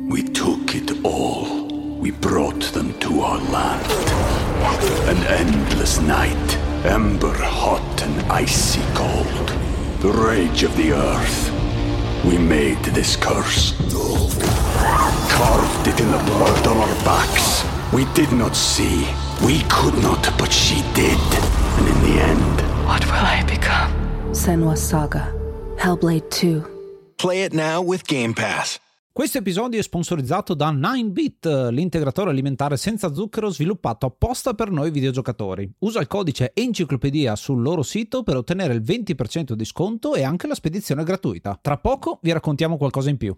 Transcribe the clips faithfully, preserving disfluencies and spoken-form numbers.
We took it all. We brought them to our land. An endless night, ember hot and icy cold. The rage of the earth. We made this curse. Carved it in the blood on our backs. We did not see. We could not, but she did. And in the end... What will I become? Senua's Saga. Hellblade two. Play it now with Game Pass. Questo episodio è sponsorizzato da nine bit, l'integratore alimentare senza zucchero sviluppato apposta per noi videogiocatori. Usa il codice Enciclopedia sul loro sito per ottenere il venti per cento di sconto e anche la spedizione gratuita. Tra poco vi raccontiamo qualcosa in più.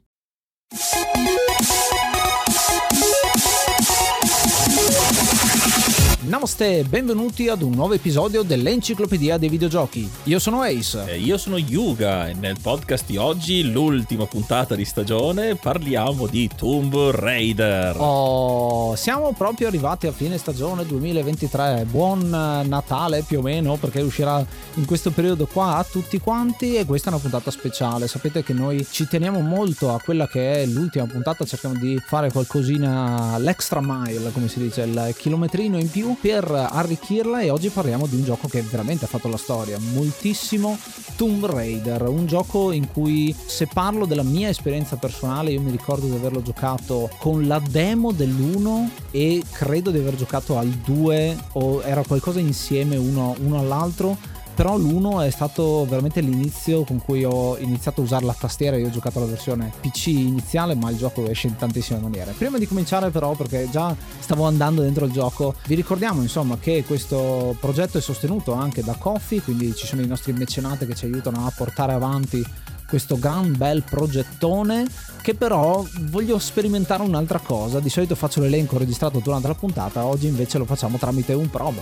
Namaste, benvenuti ad un nuovo episodio dell'Enciclopedia dei videogiochi. Io sono Ace. E io sono Yuga e nel podcast di oggi, l'ultima puntata di stagione, parliamo di Tomb Raider. Oh, siamo proprio arrivati a fine stagione duemilaventitré. Buon Natale più o meno, perché uscirà in questo periodo qua a tutti quanti e questa è una puntata speciale. Sapete che noi ci teniamo molto a quella che è l'ultima puntata, cerchiamo di fare qualcosina, l'extra mile come si dice, il chilometrino in più per arricchirla, e oggi parliamo di un gioco che veramente ha fatto la storia moltissimo, Tomb Raider, un gioco in cui, se parlo della mia esperienza personale, io mi ricordo di averlo giocato con la demo dell'uno e credo di aver giocato al due, o era qualcosa insieme uno, uno all'altro. Però l'uno è stato veramente l'inizio con cui ho iniziato a usare la tastiera. Io ho giocato la versione P C iniziale, ma il gioco esce in tantissime maniere. Prima di cominciare però, perché già stavo andando dentro il gioco, vi ricordiamo insomma che questo progetto è sostenuto anche da Ko-fi, quindi ci sono i nostri mecenati che ci aiutano a portare avanti questo gran bel progettone, che però voglio sperimentare un'altra cosa. Di solito faccio l'elenco registrato durante la puntata, oggi invece lo facciamo tramite un promo.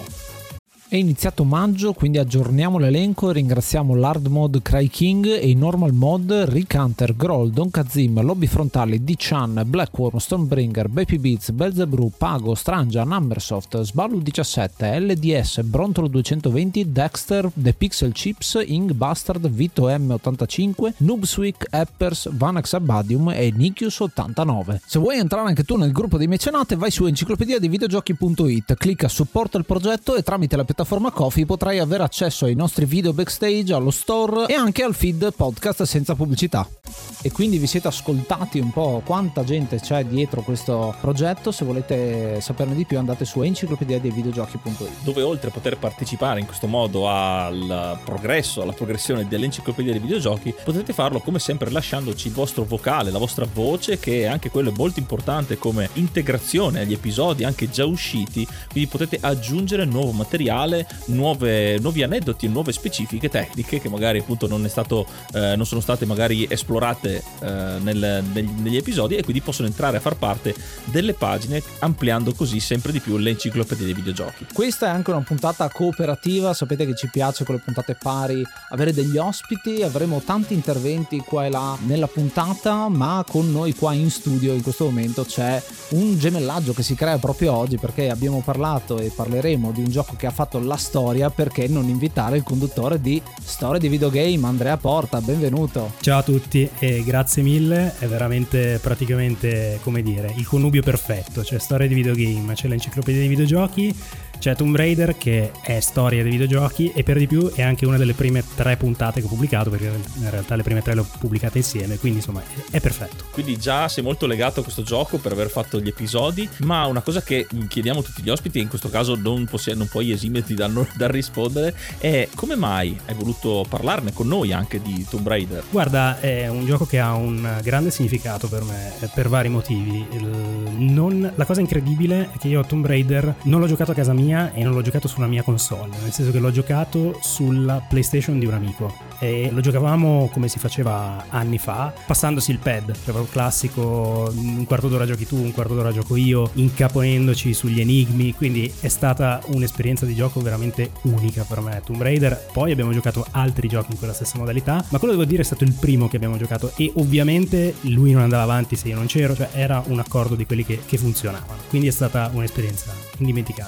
È iniziato maggio, quindi aggiorniamo l'elenco e ringraziamo l'hard mod Cry King e i normal mod Rick Hunter, Groll, Don Kazim, Lobby Frontali, D-Chan, Blackworm, Stormbringer, Baby Beats, Belzebrew, Pago, Strangia, Numbersoft, Sballu diciassette, L D S, Brontolo duecentoventi, Dexter, The Pixel Chips, Ing Bastard, Vito M ottantacinque, Noobswick, Eppers, Vanax Abadium e Nikius ottantanove. Se vuoi entrare anche tu nel gruppo dei mecenate, vai su enciclopedia dei videogiochi punto it, clicca supporta il progetto e tramite la piattaforma Ko-fi potrai avere accesso ai nostri video backstage, allo store e anche al feed podcast senza pubblicità. E quindi vi siete ascoltati un po' quanta gente c'è dietro questo progetto. Se volete saperne di più andate su enciclopedia dei videogiochi punto it, dove oltre a poter partecipare in questo modo al progresso, alla progressione dell'Enciclopedia dei videogiochi, potete farlo come sempre lasciandoci il vostro vocale, la vostra voce, che anche quello è molto importante come integrazione agli episodi anche già usciti, quindi potete aggiungere nuovo materiale, nuove, nuovi aneddoti, nuove specifiche tecniche che magari appunto non è stato eh, non sono state magari esplorate eh, nel, negli, negli episodi, e quindi possono entrare a far parte delle pagine, ampliando così sempre di più l'enciclopedia dei videogiochi. Questa è anche una puntata cooperativa, sapete che ci piace con le puntate pari avere degli ospiti, avremo tanti interventi qua e là nella puntata, ma con noi qua in studio in questo momento c'è un gemellaggio che si crea proprio oggi, perché abbiamo parlato e parleremo di un gioco che ha fatto la storia. Perché non invitare il conduttore di Storia di Videogame, Andrea Porta? Benvenuto. Ciao a tutti e grazie mille, è veramente praticamente, come dire, il connubio perfetto. C'è Storia di Videogame, c'è l'Enciclopedia dei videogiochi, c'è Tomb Raider che è storia dei videogiochi e per di più è anche una delle prime tre puntate che ho pubblicato, perché in realtà le prime tre le ho pubblicate insieme, quindi insomma è perfetto. Quindi già sei molto legato a questo gioco per aver fatto gli episodi, ma una cosa che chiediamo a tutti gli ospiti, e in questo caso non, possi- non puoi esimerti dal, dal rispondere, è come mai hai voluto parlarne con noi anche di Tomb Raider? Guarda, è un gioco che ha un grande significato per me, per vari motivi. Il, non, la cosa incredibile è che io Tomb Raider non l'ho giocato a casa mia e non l'ho giocato su una mia console, nel senso che l'ho giocato sulla PlayStation di un amico e lo giocavamo come si faceva anni fa, passandosi il pad, cioè proprio classico, un quarto d'ora giochi tu, un quarto d'ora gioco io, incaponendoci sugli enigmi, quindi è stata un'esperienza di gioco veramente unica per me Tomb Raider. Poi abbiamo giocato altri giochi in quella stessa modalità, ma quello devo dire è stato il primo che abbiamo giocato e ovviamente lui non andava avanti se io non c'ero, cioè era un accordo di quelli che, che funzionavano, quindi è stata un'esperienza indimenticabile. La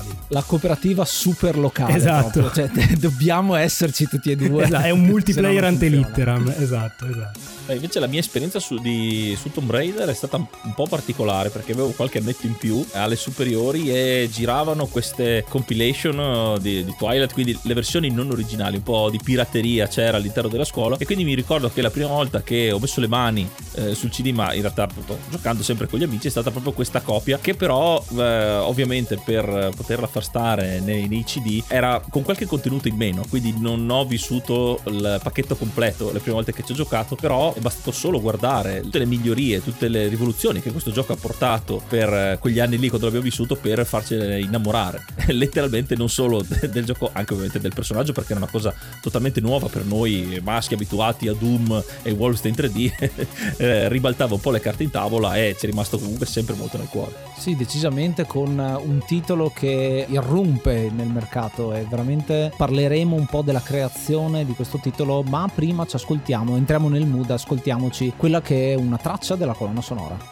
cooperativa super locale. Esatto. Proprio. Cioè, dobbiamo esserci tutti e due. Esatto, è un multiplayer ante litteram. Esatto, esatto. Eh, invece la mia esperienza su, di, su Tomb Raider è stata un po' particolare, perché avevo qualche annetto in più alle superiori e giravano queste compilation di, di Twilight, quindi le versioni non originali, un po' di pirateria c'era all'interno della scuola, e quindi mi ricordo che la prima volta che ho messo le mani eh, sul C D, ma in realtà appunto giocando sempre con gli amici, è stata proprio questa copia, che però eh, ovviamente per poterla far stare nei, nei C D era con qualche contenuto in meno, quindi non ho vissuto il pacchetto completo le prime volte che ci ho giocato, però è bastato solo guardare tutte le migliorie, tutte le rivoluzioni che questo gioco ha portato per quegli anni lì quando l'abbiamo vissuto, per farcene innamorare letteralmente, non solo del gioco, anche ovviamente del personaggio, perché era una cosa totalmente nuova per noi maschi abituati a Doom e Wolfenstein tre D. eh, ribaltava un po' le carte in tavola e ci è rimasto comunque sempre molto nel cuore. Sì, decisamente, con un titolo che irrompe nel mercato, e veramente parleremo un po' della creazione di questo titolo, ma prima ci ascoltiamo, entriamo nel mood, ascoltiamoci quella che è una traccia della colonna sonora.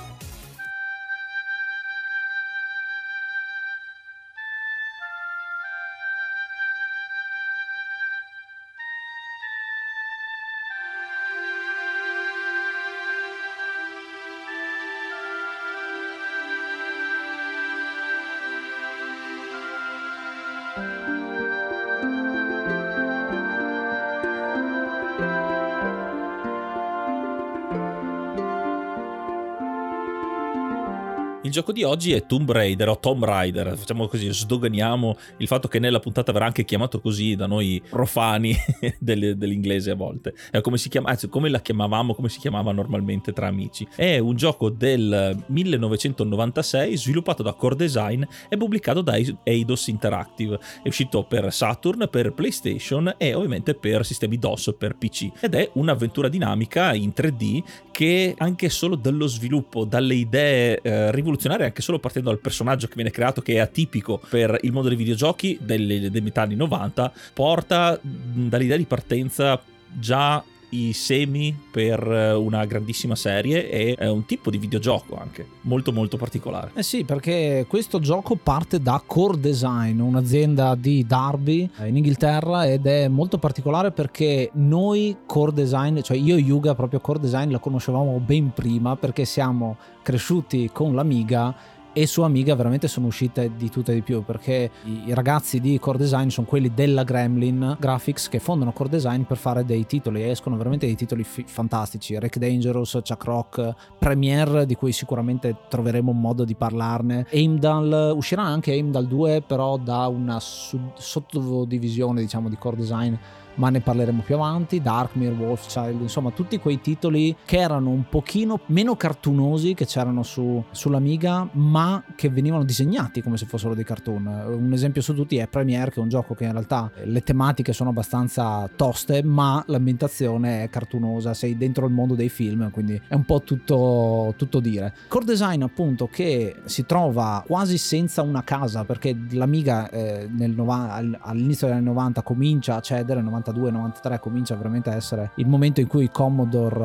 Il gioco di oggi è Tomb Raider o Tomb Raider, facciamo così, sdoganiamo il fatto che nella puntata verrà anche chiamato così da noi profani dell'inglese a volte. È come si chiama, anzi, come la chiamavamo, come si chiamava normalmente tra amici. È un gioco del millenovecentonovantasei sviluppato da Core Design e pubblicato da Eidos Interactive. È uscito per Saturn, per PlayStation e ovviamente per sistemi DOS, per P C. Ed è un'avventura dinamica in tre D che anche solo dallo sviluppo, dalle idee eh, rivoluzionarie, anche solo partendo dal personaggio che viene creato, che è atipico per il mondo dei videogiochi dei, dei metà anni novanta, porta dall'idea di partenza già i semi per una grandissima serie e è un tipo di videogioco anche molto molto particolare. Eh sì, perché questo gioco parte da Core Design, un'azienda di Derby in Inghilterra, ed è molto particolare perché noi Core Design, cioè io e Yuga proprio Core Design la conoscevamo ben prima, perché siamo cresciuti con l'Amiga e su Amiga veramente sono uscite di tutto e di più, perché i ragazzi di Core Design sono quelli della Gremlin Graphics che fondano Core Design per fare dei titoli, e escono veramente dei titoli fi- fantastici, Wreck Dangerous, Chuck Rock, Premiere, di cui sicuramente troveremo un modo di parlarne, Heimdall, uscirà anche Heimdall due però da una sub- sottodivisione diciamo di Core Design, ma ne parleremo più avanti, Darkmere, Wolfchild, insomma tutti quei titoli che erano un pochino meno cartunosi che c'erano su, sull'Amiga, ma che venivano disegnati come se fossero dei cartoon. Un esempio su tutti è Premiere, che è un gioco che in realtà le tematiche sono abbastanza toste, ma l'ambientazione è cartunosa, sei dentro il mondo dei film, quindi è un po' tutto, tutto dire. Core Design appunto, che si trova quasi senza una casa, perché l'Amiga eh, nel nova, all'inizio degli anni novanta comincia a cedere, novantadue novantatré comincia veramente a essere il momento in cui Commodore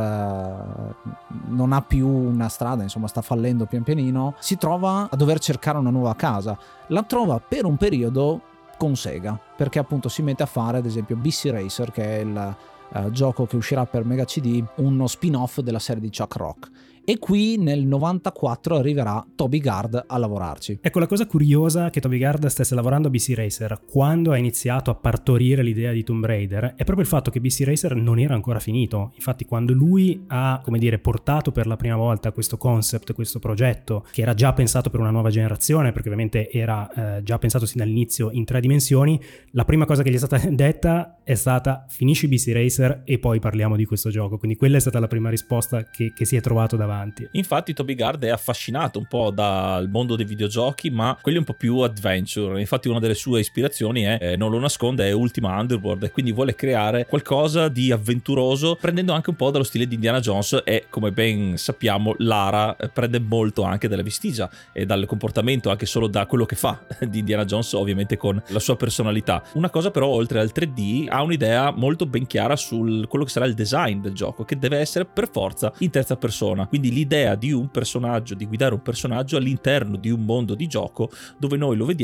eh, non ha più una strada, insomma sta fallendo pian pianino, si trova a dover cercare una nuova casa. La trova per un periodo con Sega, perché appunto si mette a fare ad esempio B C Racer, che è il uh, gioco che uscirà per Mega C D, uno spin-off della serie di Chuck Rock. E qui nel novantaquattro arriverà Toby Gard a lavorarci. Ecco, la cosa curiosa che Toby Gard stesse lavorando a B C Racer quando ha iniziato a partorire l'idea di Tomb Raider è proprio il fatto che B C Racer non era ancora finito. Infatti quando lui ha, come dire, portato per la prima volta questo concept, questo progetto che era già pensato per una nuova generazione, perché ovviamente era eh, già pensato sin dall'inizio in tre dimensioni, la prima cosa che gli è stata detta è stata: finisci B C Racer e poi parliamo di questo gioco. Quindi quella è stata la prima risposta che, che si è trovato davanti. Infatti Toby Gard è affascinato un po' dal mondo dei videogiochi, ma quelli un po' più adventure. Infatti una delle sue ispirazioni è, eh, non lo nasconde, è Ultima Underworld, e quindi vuole creare qualcosa di avventuroso prendendo anche un po' dallo stile di Indiana Jones, e come ben sappiamo Lara prende molto anche dalla vestigia e dal comportamento, anche solo da quello che fa di Indiana Jones, ovviamente con la sua personalità. Una cosa però, oltre al tre D, ha un'idea molto ben chiara su quello che sarà il design del gioco, che deve essere per forza in terza persona, quindi l'idea di un personaggio, di guidare un personaggio all'interno di un mondo di gioco dove noi lo vediamo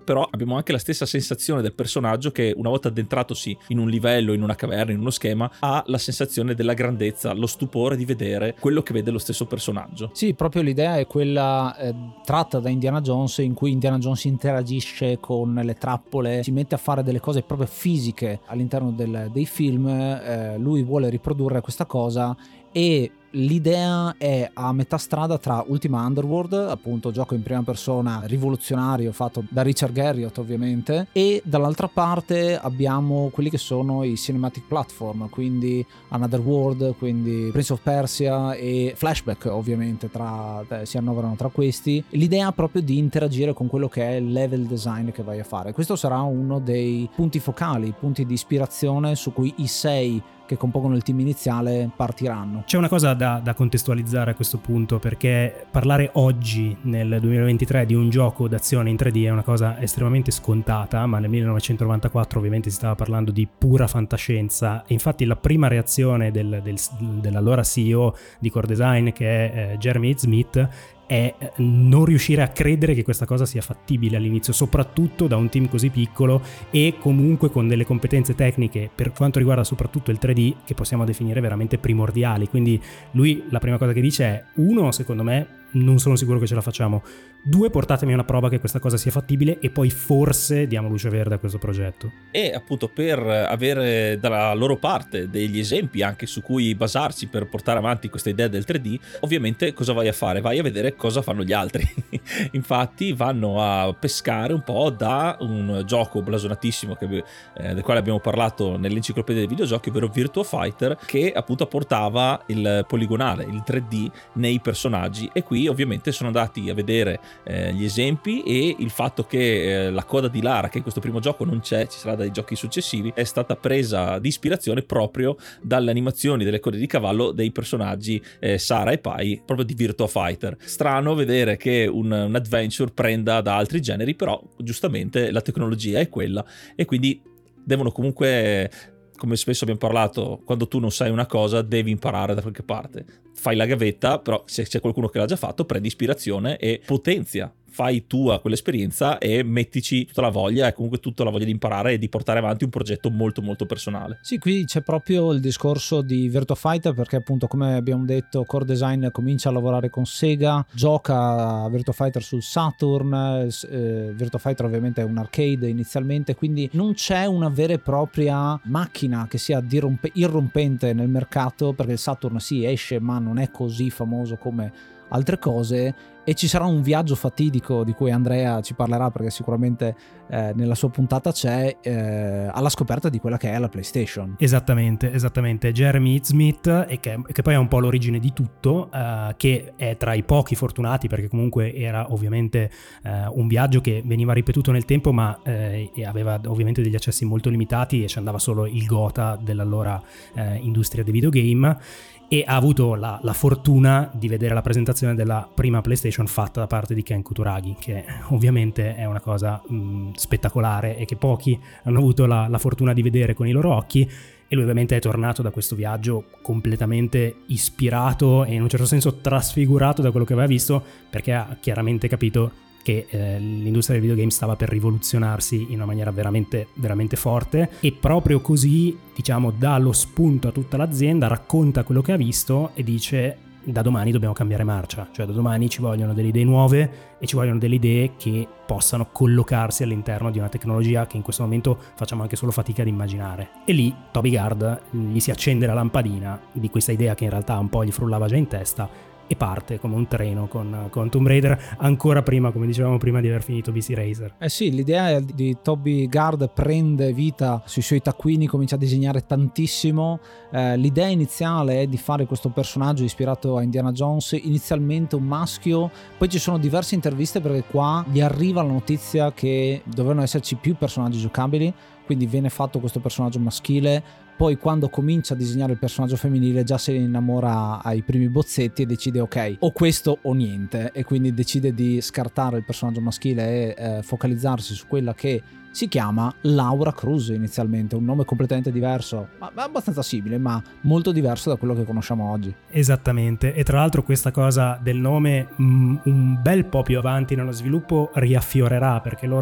però abbiamo anche la stessa sensazione del personaggio che una volta addentratosi in un livello, in una caverna, in uno schema, ha la sensazione della grandezza, lo stupore di vedere quello che vede lo stesso personaggio. Sì, proprio l'idea è quella eh, tratta da Indiana Jones, in cui Indiana Jones interagisce con le trappole, si mette a fare delle cose proprio fisiche all'interno del, dei film. Eh, lui vuole riprodurre questa cosa e l'idea è a metà strada tra Ultima Underworld, appunto gioco in prima persona rivoluzionario fatto da Richard Garriott ovviamente, e dall'altra parte abbiamo quelli che sono i cinematic platform, quindi Another World, quindi Prince of Persia e Flashback ovviamente tra, eh, si annoverano tra questi. L'idea proprio di interagire con quello che è il level design che vai a fare. Questo sarà uno dei punti focali, punti di ispirazione su cui i sei che compongono il team iniziale partiranno. C'è una cosa da, da contestualizzare a questo punto, perché parlare oggi nel duemilaventitré di un gioco d'azione in tre D è una cosa estremamente scontata, ma nel millenovecentonovantaquattro ovviamente si stava parlando di pura fantascienza, e infatti la prima reazione del, del, dell'allora C E O di Core Design, che è eh, Jeremy Smith, è non riuscire a credere che questa cosa sia fattibile all'inizio, soprattutto da un team così piccolo e comunque con delle competenze tecniche per quanto riguarda soprattutto il tre D che possiamo definire veramente primordiali. Quindi lui la prima cosa che dice è: uno, secondo me non sono sicuro che ce la facciamo; due, portatemi una prova che questa cosa sia fattibile e poi forse diamo luce verde a questo progetto. E appunto per avere dalla loro parte degli esempi anche su cui basarsi per portare avanti questa idea del tre D, ovviamente cosa vai a fare? Vai a vedere cosa fanno gli altri. Infatti vanno a pescare un po' da un gioco blasonatissimo che, eh, del quale abbiamo parlato nell'enciclopedia dei videogiochi, ovvero Virtua Fighter, che appunto portava il poligonale, il tre D nei personaggi, e qui ovviamente sono andati a vedere eh, gli esempi, e il fatto che eh, la coda di Lara, che in questo primo gioco non c'è, ci sarà dai giochi successivi, è stata presa di ispirazione proprio dalle animazioni delle code di cavallo dei personaggi eh, Sara e Pai, proprio di Virtua Fighter. Strano vedere che un, un adventure prenda da altri generi, però giustamente la tecnologia è quella, e quindi devono comunque, come spesso abbiamo parlato, quando tu non sai una cosa devi imparare da qualche parte. Fai la gavetta, però se c'è qualcuno che l'ha già fatto, prendi ispirazione e potenzia, fai tua quell'esperienza e mettici tutta la voglia e comunque tutta la voglia di imparare e di portare avanti un progetto molto molto personale. Sì, qui c'è proprio il discorso di Virtua Fighter, perché appunto, come abbiamo detto, Core Design comincia a lavorare con Sega, gioca a Virtua Fighter sul Saturn, eh, Virtua Fighter ovviamente è un arcade inizialmente, quindi non c'è una vera e propria macchina che sia dirompe- irrompente nel mercato, perché il Saturn sì esce ma non è così famoso come altre cose, e ci sarà un viaggio fatidico di cui Andrea ci parlerà, perché sicuramente eh, nella sua puntata c'è, eh, alla scoperta di quella che è la PlayStation. Esattamente, esattamente. Jeremy Smith, e che, che poi è un po' l'origine di tutto, uh, che è tra i pochi fortunati, perché comunque era ovviamente uh, un viaggio che veniva ripetuto nel tempo, ma uh, e aveva ovviamente degli accessi molto limitati e ci andava solo il gotha dell'allora uh, industria dei videogame, e ha avuto la, la fortuna di vedere la presentazione della prima PlayStation fatta da parte di Ken Kutaragi, che ovviamente è una cosa mh, spettacolare e che pochi hanno avuto la, la fortuna di vedere con i loro occhi. E lui ovviamente è tornato da questo viaggio completamente ispirato e in un certo senso trasfigurato da quello che aveva visto, perché ha chiaramente capito che eh, l'industria del videogame stava per rivoluzionarsi in una maniera veramente veramente forte, e proprio così, diciamo, dà lo spunto a tutta l'azienda, racconta quello che ha visto e dice: da domani dobbiamo cambiare marcia, cioè da domani ci vogliono delle idee nuove e ci vogliono delle idee che possano collocarsi all'interno di una tecnologia che in questo momento facciamo anche solo fatica ad immaginare. E lì Toby Gard gli si accende la lampadina di questa idea che in realtà un po' gli frullava già in testa, e parte come un treno con, con Tomb Raider, ancora prima, come dicevamo prima, di aver finito B C Racer. Eh sì, l'idea di Toby Gard prende vita sui suoi taccuini, comincia a disegnare tantissimo. Eh, l'idea iniziale è di fare questo personaggio ispirato a Indiana Jones, inizialmente un maschio, poi ci sono diverse interviste perché qua gli arriva la notizia che dovevano esserci più personaggi giocabili, quindi viene fatto questo personaggio maschile. Poi quando comincia a disegnare il personaggio femminile già se ne innamora ai primi bozzetti e decide ok, o questo o niente, e quindi decide di scartare il personaggio maschile e eh, focalizzarsi su quella che si chiama Laura Cruz inizialmente, un nome completamente diverso, ma abbastanza simile, ma molto diverso da quello che conosciamo oggi. Esattamente, e tra l'altro questa cosa del nome mh, un bel po' più avanti nello sviluppo riaffiorerà, perché loro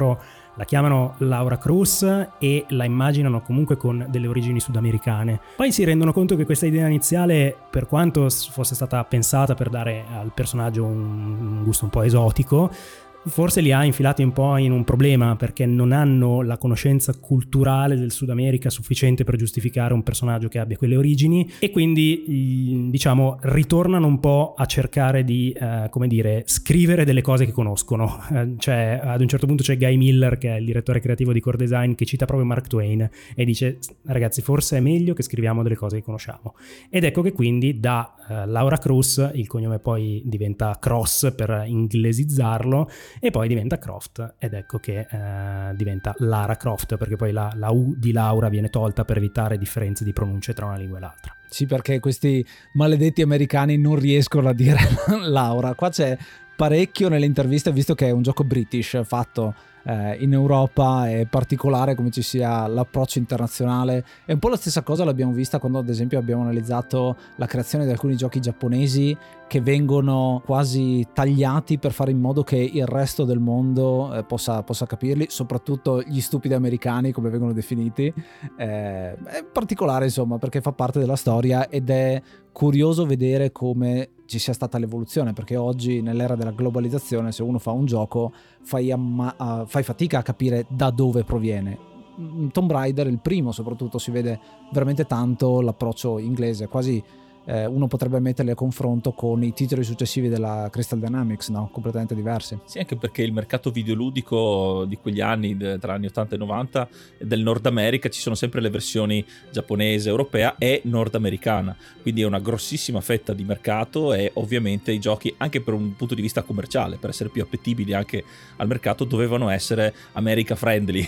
la chiamano Laura Cruz e la immaginano comunque con delle origini sudamericane. Poi si rendono conto che questa idea iniziale, per quanto fosse stata pensata per dare al personaggio un gusto un po' esotico, forse li ha infilati un po' in un problema, perché non hanno la conoscenza culturale del Sud America sufficiente per giustificare un personaggio che abbia quelle origini, e quindi diciamo ritornano un po' a cercare di eh, come dire, scrivere delle cose che conoscono. Eh, cioè ad un certo punto c'è Guy Miller, che è il direttore creativo di Core Design, che cita proprio Mark Twain e dice: ragazzi, forse è meglio che scriviamo delle cose che conosciamo. Ed ecco che quindi da eh, Laura Cruz, il cognome poi diventa Cross per inglesizzarlo, e poi diventa Croft, ed ecco che eh, diventa Lara Croft, perché poi la, la U di Laura viene tolta per evitare differenze di pronunce tra una lingua e l'altra. Sì, perché questi maledetti americani non riescono a dire Laura. Qua c'è parecchio nelle interviste, visto che è un gioco British fatto eh, in Europa, è particolare come ci sia l'approccio internazionale. È un po' la stessa cosa l'abbiamo vista quando ad esempio abbiamo analizzato la creazione di alcuni giochi giapponesi che vengono quasi tagliati per fare in modo che il resto del mondo eh, possa, possa capirli, soprattutto gli stupidi americani, come vengono definiti. Eh, è particolare, insomma, perché fa parte della storia ed è curioso vedere come ci sia stata l'evoluzione, perché oggi nell'era della globalizzazione, se uno fa un gioco fai, amma- uh, fai fatica a capire da dove proviene. Tomb Raider, il primo soprattutto, si vede veramente tanto l'approccio inglese, quasi eh, uno potrebbe metterli a confronto con i titoli successivi della Crystal Dynamics, no? Completamente diversi. Sì, anche perché il mercato videoludico di quegli anni, tra anni ottanta e novanta, del Nord America, ci sono sempre le versioni giapponese, europea e nordamericana, quindi è una grossissima fetta di mercato, e ovviamente i giochi, anche per un punto di vista commerciale, per essere più appetibili anche al mercato, dovevano essere America friendly,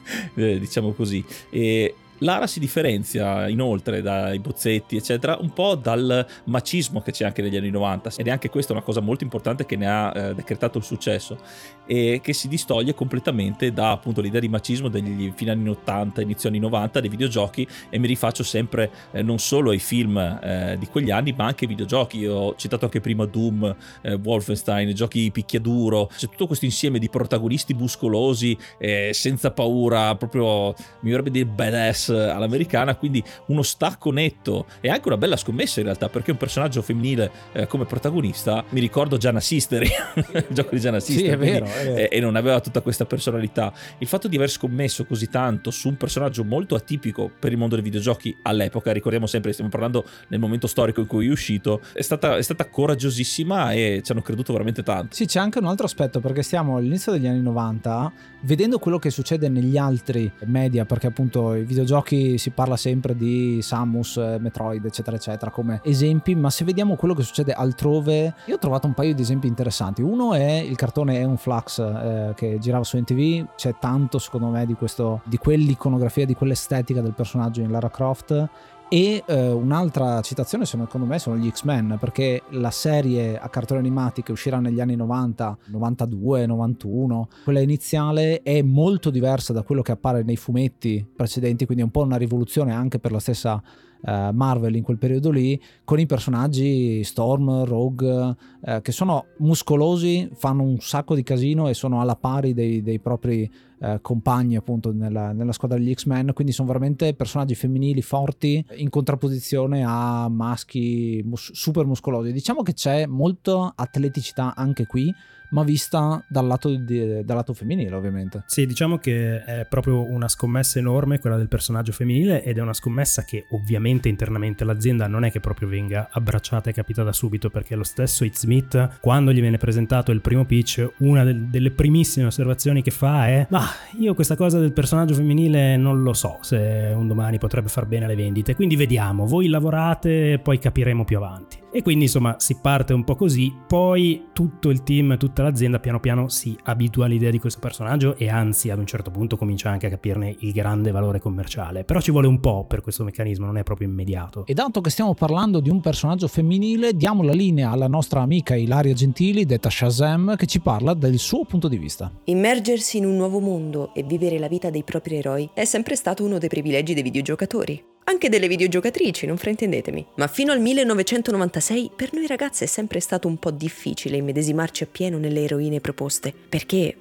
diciamo così. E Lara si differenzia inoltre dai bozzetti eccetera un po' dal macismo che c'è anche negli anni novanta, ed è anche questa una cosa molto importante che ne ha eh, decretato il successo, e che si distoglie completamente da appunto l'idea di macismo degli fine anni ottanta, inizio anni novanta dei videogiochi. E mi rifaccio sempre eh, non solo ai film eh, di quegli anni, ma anche ai videogiochi. Io ho citato anche prima Doom, eh, Wolfenstein, giochi picchiaduro, c'è tutto questo insieme di protagonisti muscolosi, eh, senza paura, proprio mi vorrebbe dire badass all'americana, quindi uno stacco netto e anche una bella scommessa in realtà, perché un personaggio femminile eh, come protagonista, mi ricordo Gianna Sister, il gioco di Gianna Sister, sì, è vero, quindi, è vero. Eh, e non aveva tutta questa personalità. Il fatto di aver scommesso così tanto su un personaggio molto atipico per il mondo dei videogiochi all'epoca, ricordiamo sempre, stiamo parlando nel momento storico in cui è uscito, è stata, è stata coraggiosissima e ci hanno creduto veramente tanto. Sì, c'è anche un altro aspetto, perché stiamo all'inizio degli anni novanta, vedendo quello che succede negli altri media, perché appunto i videogiochi si parla sempre di Samus, Metroid eccetera eccetera come esempi, ma se vediamo quello che succede altrove, io ho trovato un paio di esempi interessanti. Uno è il cartone Eon Flux eh, che girava su M T V, c'è tanto secondo me di questo, di quell'iconografia, di quell'estetica del personaggio in Lara Croft. E eh, un'altra citazione secondo me sono gli X-Men, perché la serie a cartoni animati che uscirà negli anni novanta, novantadue, novantuno, quella iniziale è molto diversa da quello che appare nei fumetti precedenti, quindi è un po' una rivoluzione anche per la stessa uh, Marvel in quel periodo lì, con i personaggi Storm, Rogue, uh, che sono muscolosi, fanno un sacco di casino e sono alla pari dei, dei propri Uh, compagni appunto nella, nella squadra degli X-Men, quindi sono veramente personaggi femminili forti in contrapposizione a maschi mus- super muscolosi. Diciamo che c'è molta atleticità anche qui, ma vista dal lato, di, dal lato femminile ovviamente. Sì, diciamo che è proprio una scommessa enorme quella del personaggio femminile, ed è una scommessa che ovviamente internamente l'azienda non è che proprio venga abbracciata e capita da subito, perché lo stesso Heath Smith, quando gli viene presentato il primo pitch, una del, delle primissime osservazioni che fa è: ma io questa cosa del personaggio femminile non lo so se un domani potrebbe far bene alle vendite, quindi vediamo, voi lavorate e poi capiremo più avanti. E quindi insomma si parte un po' così, poi tutto il team, tutta l'azienda piano piano si abitua all'idea di questo personaggio, e anzi ad un certo punto comincia anche a capirne il grande valore commerciale, però ci vuole un po' per questo meccanismo, non è proprio immediato. E dato che stiamo parlando di un personaggio femminile, diamo la linea alla nostra amica Ilaria Gentili, detta Shazam, che ci parla del suo punto di vista. Immergersi in un nuovo mondo e vivere la vita dei propri eroi è sempre stato uno dei privilegi dei videogiocatori. Anche delle videogiocatrici, non fraintendetemi. Ma fino al millenovecentonovantasei per noi ragazze è sempre stato un po' difficile immedesimarci appieno nelle eroine proposte. Perché, beh,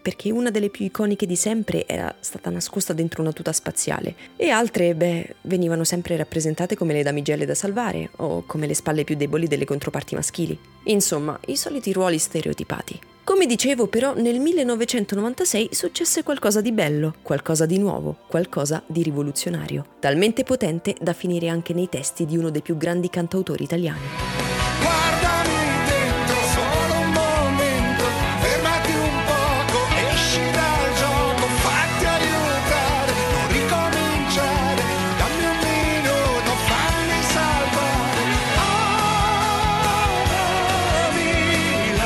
perché una delle più iconiche di sempre era stata nascosta dentro una tuta spaziale, e altre, beh, venivano sempre rappresentate come le damigelle da salvare o come le spalle più deboli delle controparti maschili. Insomma, i soliti ruoli stereotipati. Come dicevo, però, nel millenovecentonovantasei successe qualcosa di bello, qualcosa di nuovo, qualcosa di rivoluzionario, talmente potente da finire anche nei testi di uno dei più grandi cantautori italiani. Guardami dentro solo un momento, fermati un poco, esci dal gioco, fatti aiutare, non ricominciare, dammi un minuto, fammi salvare. Amami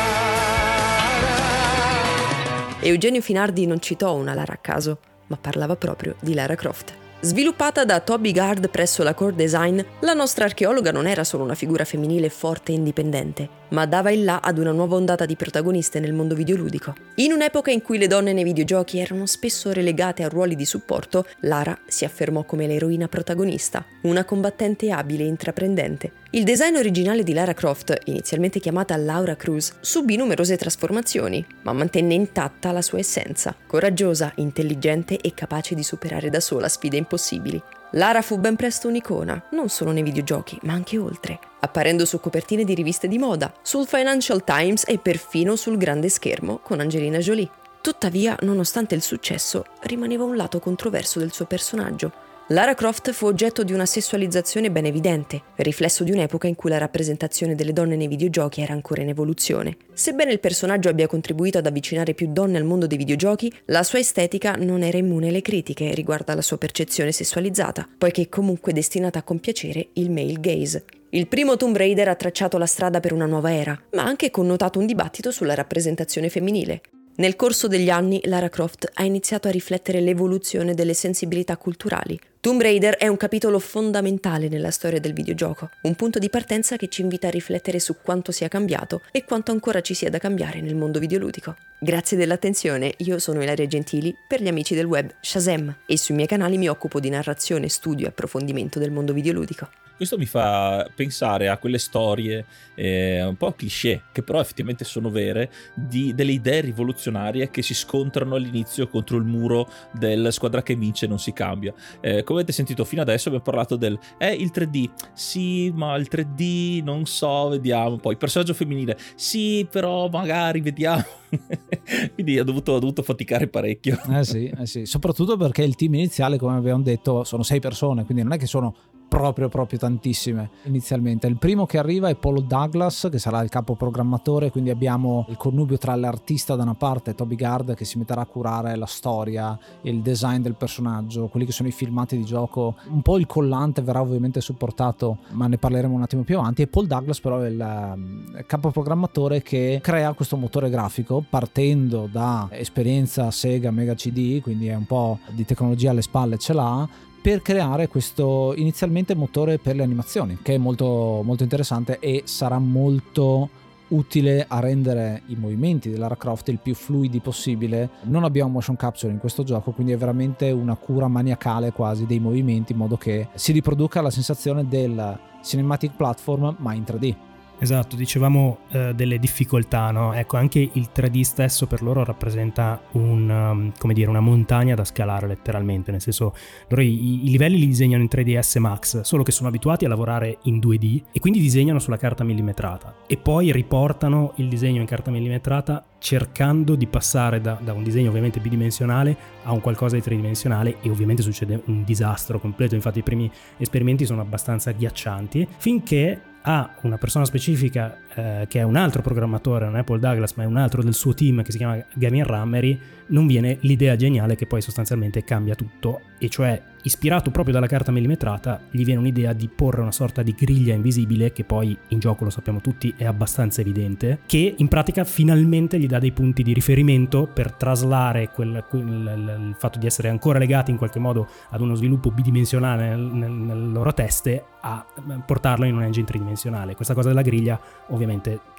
Lara. Eugenio Finardi non citò una Lara a caso, ma parlava proprio di Lara Croft. Sviluppata da Toby Gard presso la Core Design, la nostra archeologa non era solo una figura femminile forte e indipendente, ma dava il là ad una nuova ondata di protagoniste nel mondo videoludico. In un'epoca in cui le donne nei videogiochi erano spesso relegate a ruoli di supporto, Lara si affermò come l'eroina protagonista, una combattente abile e intraprendente. Il design originale di Lara Croft, inizialmente chiamata Laura Cruz, subì numerose trasformazioni, ma mantenne intatta la sua essenza, coraggiosa, intelligente e capace di superare da sola sfide impossibili. Lara fu ben presto un'icona, non solo nei videogiochi, ma anche oltre, apparendo su copertine di riviste di moda, sul Financial Times e perfino sul grande schermo con Angelina Jolie. Tuttavia, nonostante il successo, rimaneva un lato controverso del suo personaggio. Lara Croft fu oggetto di una sessualizzazione ben evidente, riflesso di un'epoca in cui la rappresentazione delle donne nei videogiochi era ancora in evoluzione. Sebbene il personaggio abbia contribuito ad avvicinare più donne al mondo dei videogiochi, la sua estetica non era immune alle critiche riguardo alla sua percezione sessualizzata, poiché è comunque destinata a compiacere il male gaze. Il primo Tomb Raider ha tracciato la strada per una nuova era, ma ha anche connotato un dibattito sulla rappresentazione femminile. Nel corso degli anni, Lara Croft ha iniziato a riflettere l'evoluzione delle sensibilità culturali. Tomb Raider è un capitolo fondamentale nella storia del videogioco, un punto di partenza che ci invita a riflettere su quanto sia cambiato e quanto ancora ci sia da cambiare nel mondo videoludico. Grazie dell'attenzione, io sono Ilaria Gentili per gli amici del web Shazam e sui miei canali mi occupo di narrazione, studio e approfondimento del mondo videoludico. Questo mi fa pensare a quelle storie eh, un po' cliché, che però effettivamente sono vere, di delle idee rivoluzionarie che si scontrano all'inizio contro il muro del squadra che vince non si cambia. Eh, come avete sentito fino adesso abbiamo parlato del eh, il tre D, sì ma il tre D non so, vediamo, poi il personaggio femminile, sì però magari vediamo. Quindi ho dovuto, ho dovuto faticare parecchio. Eh sì, eh sì, soprattutto perché il team iniziale, come abbiamo detto, sono sei persone, quindi non è che sono proprio proprio tantissime inizialmente. Il primo che arriva è Paul Douglas, che sarà il capo programmatore, quindi abbiamo il connubio tra l'artista da una parte e Toby Gard che si metterà a curare la storia e il design del personaggio, quelli che sono i filmati di gioco. Un po' il collante verrà ovviamente supportato, ma ne parleremo un attimo più avanti. E Paul Douglas però è il capo programmatore che crea questo motore grafico partendo da esperienza Sega Mega C D, quindi è un po' di tecnologia alle spalle, ce l'ha, per creare questo inizialmente motore per le animazioni, che è molto molto interessante e sarà molto utile a rendere i movimenti di Lara Croft il più fluidi possibile. Non abbiamo motion capture in questo gioco, quindi è veramente una cura maniacale quasi dei movimenti, in modo che si riproduca la sensazione del cinematic platform ma in tre D. Esatto, dicevamo eh, delle difficoltà, no? Ecco, anche il tre D stesso per loro rappresenta un, um, come dire, una montagna da scalare letteralmente, nel senso loro i, i livelli li disegnano in tre D S Max, solo che sono abituati a lavorare in due D e quindi disegnano sulla carta millimetrata e poi riportano il disegno in carta millimetrata cercando di passare da, da un disegno ovviamente bidimensionale a un qualcosa di tridimensionale, e ovviamente succede un disastro completo. Infatti i primi esperimenti sono abbastanza agghiaccianti, finché a una persona specifica eh, che è un altro programmatore, non è Paul Douglas ma è un altro del suo team che si chiama Gavin Rammery, non viene l'idea geniale che poi sostanzialmente cambia tutto, e cioè, ispirato proprio dalla carta millimetrata, gli viene un'idea di porre una sorta di griglia invisibile, che poi in gioco, lo sappiamo tutti, è abbastanza evidente, che in pratica finalmente gli dà dei punti di riferimento per traslare quel, quel, il fatto di essere ancora legati in qualche modo ad uno sviluppo bidimensionale nel, nel, nelle loro teste, a portarlo in un engine tridimensionale. Questa cosa della griglia ovviamente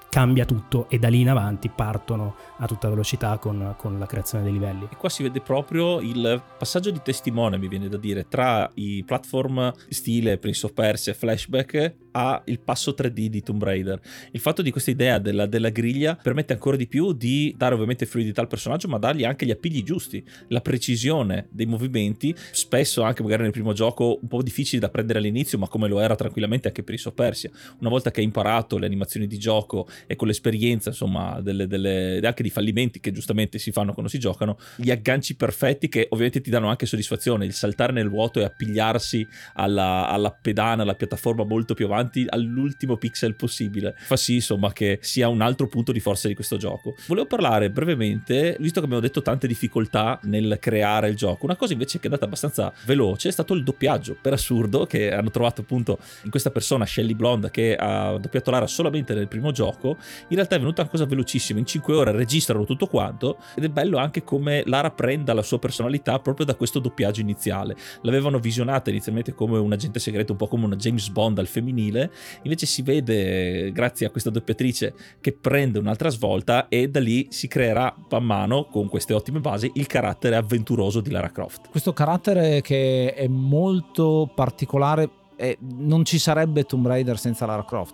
cambia tutto e da lì in avanti partono a tutta velocità con, con la creazione dei livelli. E qua si vede proprio il passaggio di testimone, mi viene da dire, tra i platform stile Prince of Persia e Flashback a il passo tre D di Tomb Raider. Il fatto di questa idea della, della griglia permette ancora di più di dare ovviamente fluidità al personaggio, ma dargli anche gli appigli giusti, la precisione dei movimenti, spesso anche magari nel primo gioco un po' difficili da prendere all'inizio, ma come lo era tranquillamente anche Prince of Persia. Una volta che hai imparato le animazioni di gioco e con l'esperienza insomma delle, delle, anche di fallimenti che giustamente si fanno quando si giocano, gli agganci perfetti che ovviamente ti danno anche soddisfazione, il saltare nel vuoto e appigliarsi alla, alla pedana, alla piattaforma molto più avanti all'ultimo pixel possibile, fa sì insomma che sia un altro punto di forza di questo gioco. Volevo parlare brevemente, visto che abbiamo detto tante difficoltà nel creare il gioco, una cosa invece che è andata abbastanza veloce è stato il doppiaggio, per assurdo, che hanno trovato appunto in questa persona Shelley Blond che ha doppiato Lara solamente nel primo gioco. In realtà è venuta una cosa velocissima, in cinque ore registrano tutto quanto ed è bello anche come Lara prenda la sua personalità proprio da questo doppiaggio iniziale. L'avevano visionata inizialmente come un agente segreto, un po' come una James Bond al femminile, invece si vede grazie a questa doppiatrice che prende un'altra svolta e da lì si creerà man mano con queste ottime basi il carattere avventuroso di Lara Croft. Questo carattere che è molto particolare. E non ci sarebbe Tomb Raider senza Lara Croft,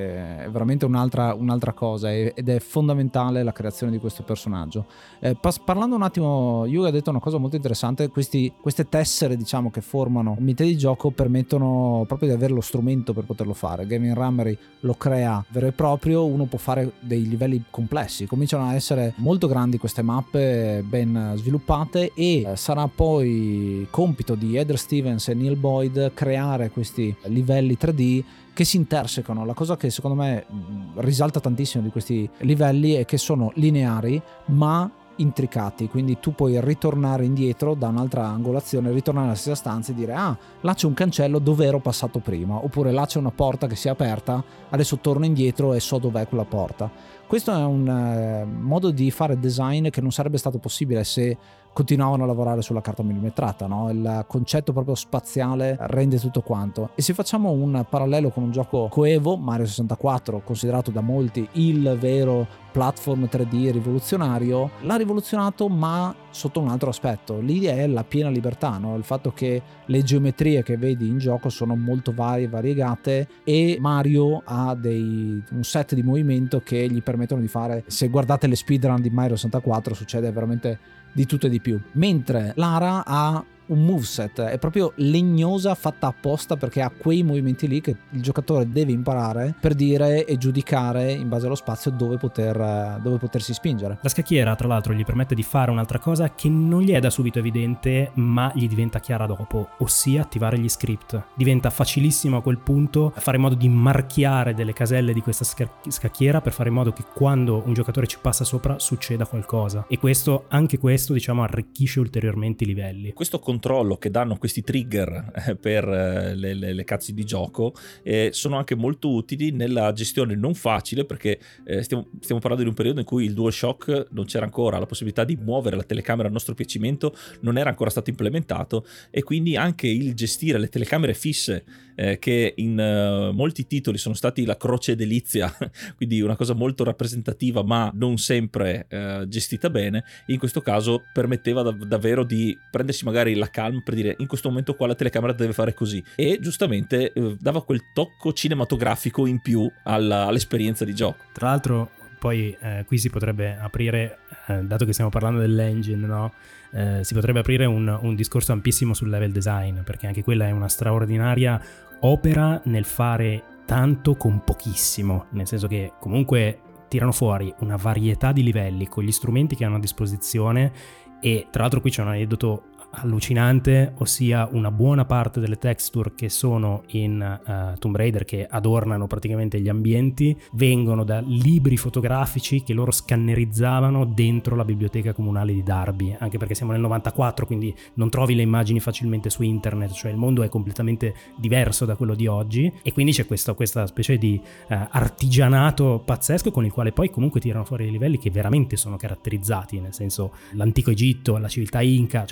è veramente un'altra, un'altra cosa ed è fondamentale la creazione di questo personaggio. Eh, pas- parlando un attimo, Yuga ha detto una cosa molto interessante, questi, queste tessere diciamo che formano ambiente di gioco permettono proprio di avere lo strumento per poterlo fare. Gavin Rammery lo crea vero e proprio, uno può fare dei livelli complessi, cominciano a essere molto grandi queste mappe ben sviluppate e eh, sarà poi compito di Heather Stevens e Neil Boyd creare questi livelli tre D che si intersecano. La cosa che secondo me risalta tantissimo di questi livelli è che sono lineari ma intricati, quindi tu puoi ritornare indietro da un'altra angolazione, ritornare nella stessa stanza e dire ah, là c'è un cancello dove ero passato prima, oppure là c'è una porta che si è aperta, adesso torno indietro e so dov'è quella porta. Questo è un eh, modo di fare design che non sarebbe stato possibile se continuavano a lavorare sulla carta millimetrata, no? Il concetto proprio spaziale rende tutto quanto. E se facciamo un parallelo con un gioco coevo, Mario sessantaquattro, considerato da molti il vero platform tre D rivoluzionario, l'ha rivoluzionato ma sotto un altro aspetto. Lì è la piena libertà, no? Il fatto che le geometrie che vedi in gioco sono molto varie, variegate e Mario ha dei, un set di movimento che gli permettono di fare, se guardate le speedrun di Mario sessantaquattro succede veramente di tutto e di più, mentre Lara ha un moveset, è proprio legnosa, fatta apposta perché ha quei movimenti lì che il giocatore deve imparare per dire e giudicare in base allo spazio dove poter dove potersi spingere. La scacchiera tra l'altro gli permette di fare un'altra cosa che non gli è da subito evidente ma gli diventa chiara dopo, ossia attivare gli script. Diventa facilissimo a quel punto fare in modo di marchiare delle caselle di questa scacchiera per fare in modo che quando un giocatore ci passa sopra succeda qualcosa, e questo, anche questo diciamo, arricchisce ulteriormente i livelli. Questo controllo che danno questi trigger eh, per eh, le, le, le cazzi di gioco eh, sono anche molto utili nella gestione non facile, perché eh, stiamo, stiamo parlando di un periodo in cui il DualShock non c'era ancora, la possibilità di muovere la telecamera a nostro piacimento non era ancora stato implementato, e quindi anche il gestire le telecamere fisse eh, che in uh, molti titoli sono stati la croce delizia quindi una cosa molto rappresentativa ma non sempre uh, gestita bene, in questo caso permetteva dav- davvero di prendersi magari la calma per dire in questo momento qua la telecamera deve fare così, e giustamente eh, dava quel tocco cinematografico in più alla, all'esperienza di gioco. Tra l'altro poi eh, qui si potrebbe aprire, eh, dato che stiamo parlando dell'engine, no? Eh, si potrebbe aprire un, un discorso ampissimo sul level design, perché anche quella è una straordinaria opera nel fare tanto con pochissimo, nel senso che comunque tirano fuori una varietà di livelli con gli strumenti che hanno a disposizione. E tra l'altro qui c'è un aneddoto allucinante, ossia una buona parte delle texture che sono in uh, Tomb Raider, che adornano praticamente gli ambienti, vengono da libri fotografici che loro scannerizzavano dentro la biblioteca comunale di Derby, anche perché siamo nel novantaquattro, quindi non trovi le immagini facilmente su internet, cioè il mondo è completamente diverso da quello di oggi, e quindi c'è questa, questa specie di uh, artigianato pazzesco con il quale poi comunque tirano fuori dei livelli che veramente sono caratterizzati, nel senso l'antico Egitto, la civiltà Inca, cioè sono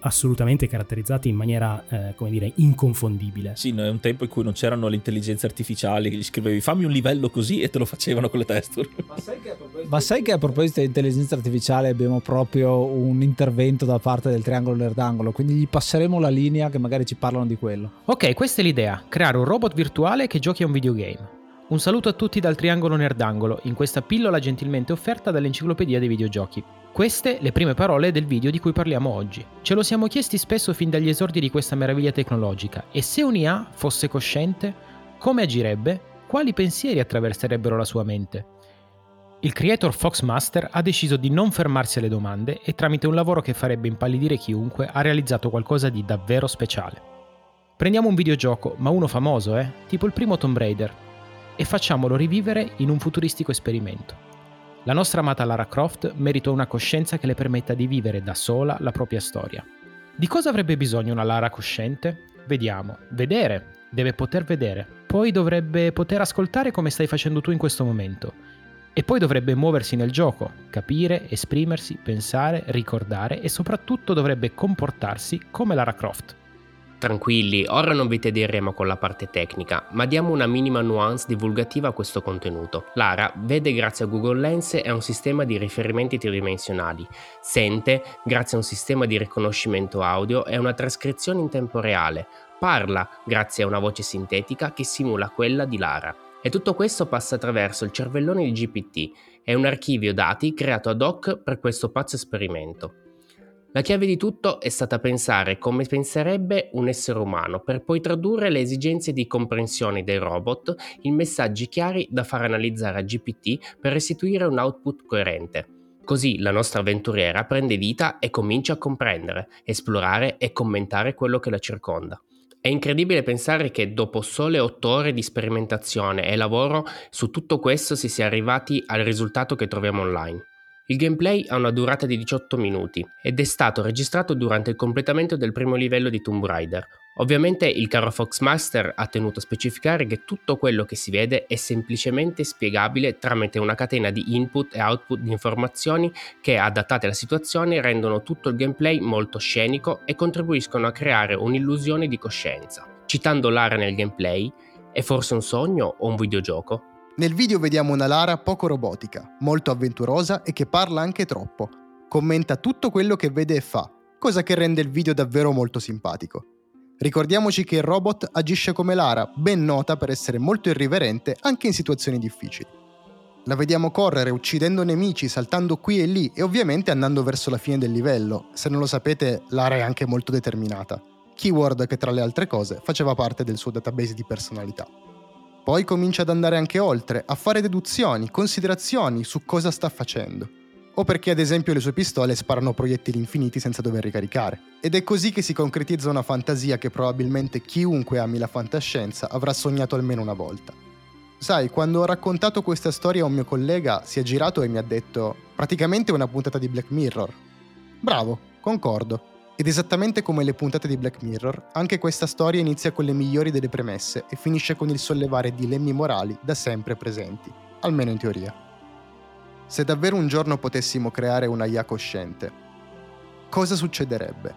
assolutamente caratterizzati in maniera, eh, come dire, inconfondibile. Sì, no, è un tempo in cui non c'erano le intelligenze artificiali che gli scrivevi fammi un livello così e te lo facevano con le texture. Ma sai che a proposito, Ma sai che a proposito di intelligenza artificiale abbiamo proprio un intervento da parte del Triangolo Nerdangolo, quindi gli passeremo la linea che magari ci parlano di quello. Ok, questa è l'idea, creare un robot virtuale che giochi a un videogame. Un saluto a tutti dal Triangolo Nerdangolo, in questa pillola gentilmente offerta dall'Enciclopedia dei Videogiochi. Queste le prime parole del video di cui parliamo oggi. Ce lo siamo chiesti spesso fin dagli esordi di questa meraviglia tecnologica, e se un I A fosse cosciente, come agirebbe? Quali pensieri attraverserebbero la sua mente? Il creator Foxmaster ha deciso di non fermarsi alle domande e tramite un lavoro che farebbe impallidire chiunque ha realizzato qualcosa di davvero speciale. Prendiamo un videogioco, ma uno famoso, eh? Tipo il primo Tomb Raider, e facciamolo rivivere in un futuristico esperimento. La nostra amata Lara Croft merita una coscienza che le permetta di vivere da sola la propria storia. Di cosa avrebbe bisogno una Lara cosciente? Vediamo. Vedere. Deve poter vedere. Poi dovrebbe poter ascoltare come stai facendo tu in questo momento. E poi dovrebbe muoversi nel gioco, capire, esprimersi, pensare, ricordare e soprattutto dovrebbe comportarsi come Lara Croft. Tranquilli, ora non vi tedieremo con la parte tecnica, ma diamo una minima nuance divulgativa a questo contenuto. Lara vede grazie a Google Lens e a un sistema di riferimenti tridimensionali, sente grazie a un sistema di riconoscimento audio e a una trascrizione in tempo reale, parla grazie a una voce sintetica che simula quella di Lara. E tutto questo passa attraverso il cervellone di G P T, è un archivio dati creato ad hoc per questo pazzo esperimento. La chiave di tutto è stata pensare come penserebbe un essere umano per poi tradurre le esigenze di comprensione dei robot in messaggi chiari da far analizzare a G P T per restituire un output coerente. Così la nostra avventuriera prende vita e comincia a comprendere, esplorare e commentare quello che la circonda. È incredibile pensare che dopo sole otto ore di sperimentazione e lavoro su tutto questo si sia arrivati al risultato che troviamo online. Il gameplay ha una durata di diciotto minuti ed è stato registrato durante il completamento del primo livello di Tomb Raider. Ovviamente il caro Foxmaster ha tenuto a specificare che tutto quello che si vede è semplicemente spiegabile tramite una catena di input e output di informazioni che, adattate alla situazione, rendono tutto il gameplay molto scenico e contribuiscono a creare un'illusione di coscienza. Citando Lara nel gameplay, è forse un sogno o un videogioco? Nel video vediamo una Lara poco robotica, molto avventurosa e che parla anche troppo. Commenta tutto quello che vede e fa, cosa che rende il video davvero molto simpatico. Ricordiamoci che il robot agisce come Lara, ben nota per essere molto irriverente anche in situazioni difficili. La vediamo correre, uccidendo nemici, saltando qui e lì e ovviamente andando verso la fine del livello. Se non lo sapete, Lara è anche molto determinata. Keyword che tra le altre cose faceva parte del suo database di personalità. Poi comincia ad andare anche oltre, a fare deduzioni, considerazioni su cosa sta facendo. O perché ad esempio le sue pistole sparano proiettili infiniti senza dover ricaricare. Ed è così che si concretizza una fantasia che probabilmente chiunque ami la fantascienza avrà sognato almeno una volta. Sai, quando ho raccontato questa storia a un mio collega, si è girato e mi ha detto praticamente una puntata di Black Mirror. Bravo, concordo. Ed esattamente come le puntate di Black Mirror, anche questa storia inizia con le migliori delle premesse e finisce con il sollevare dilemmi morali da sempre presenti, almeno in teoria. Se davvero un giorno potessimo creare una I A cosciente, cosa succederebbe?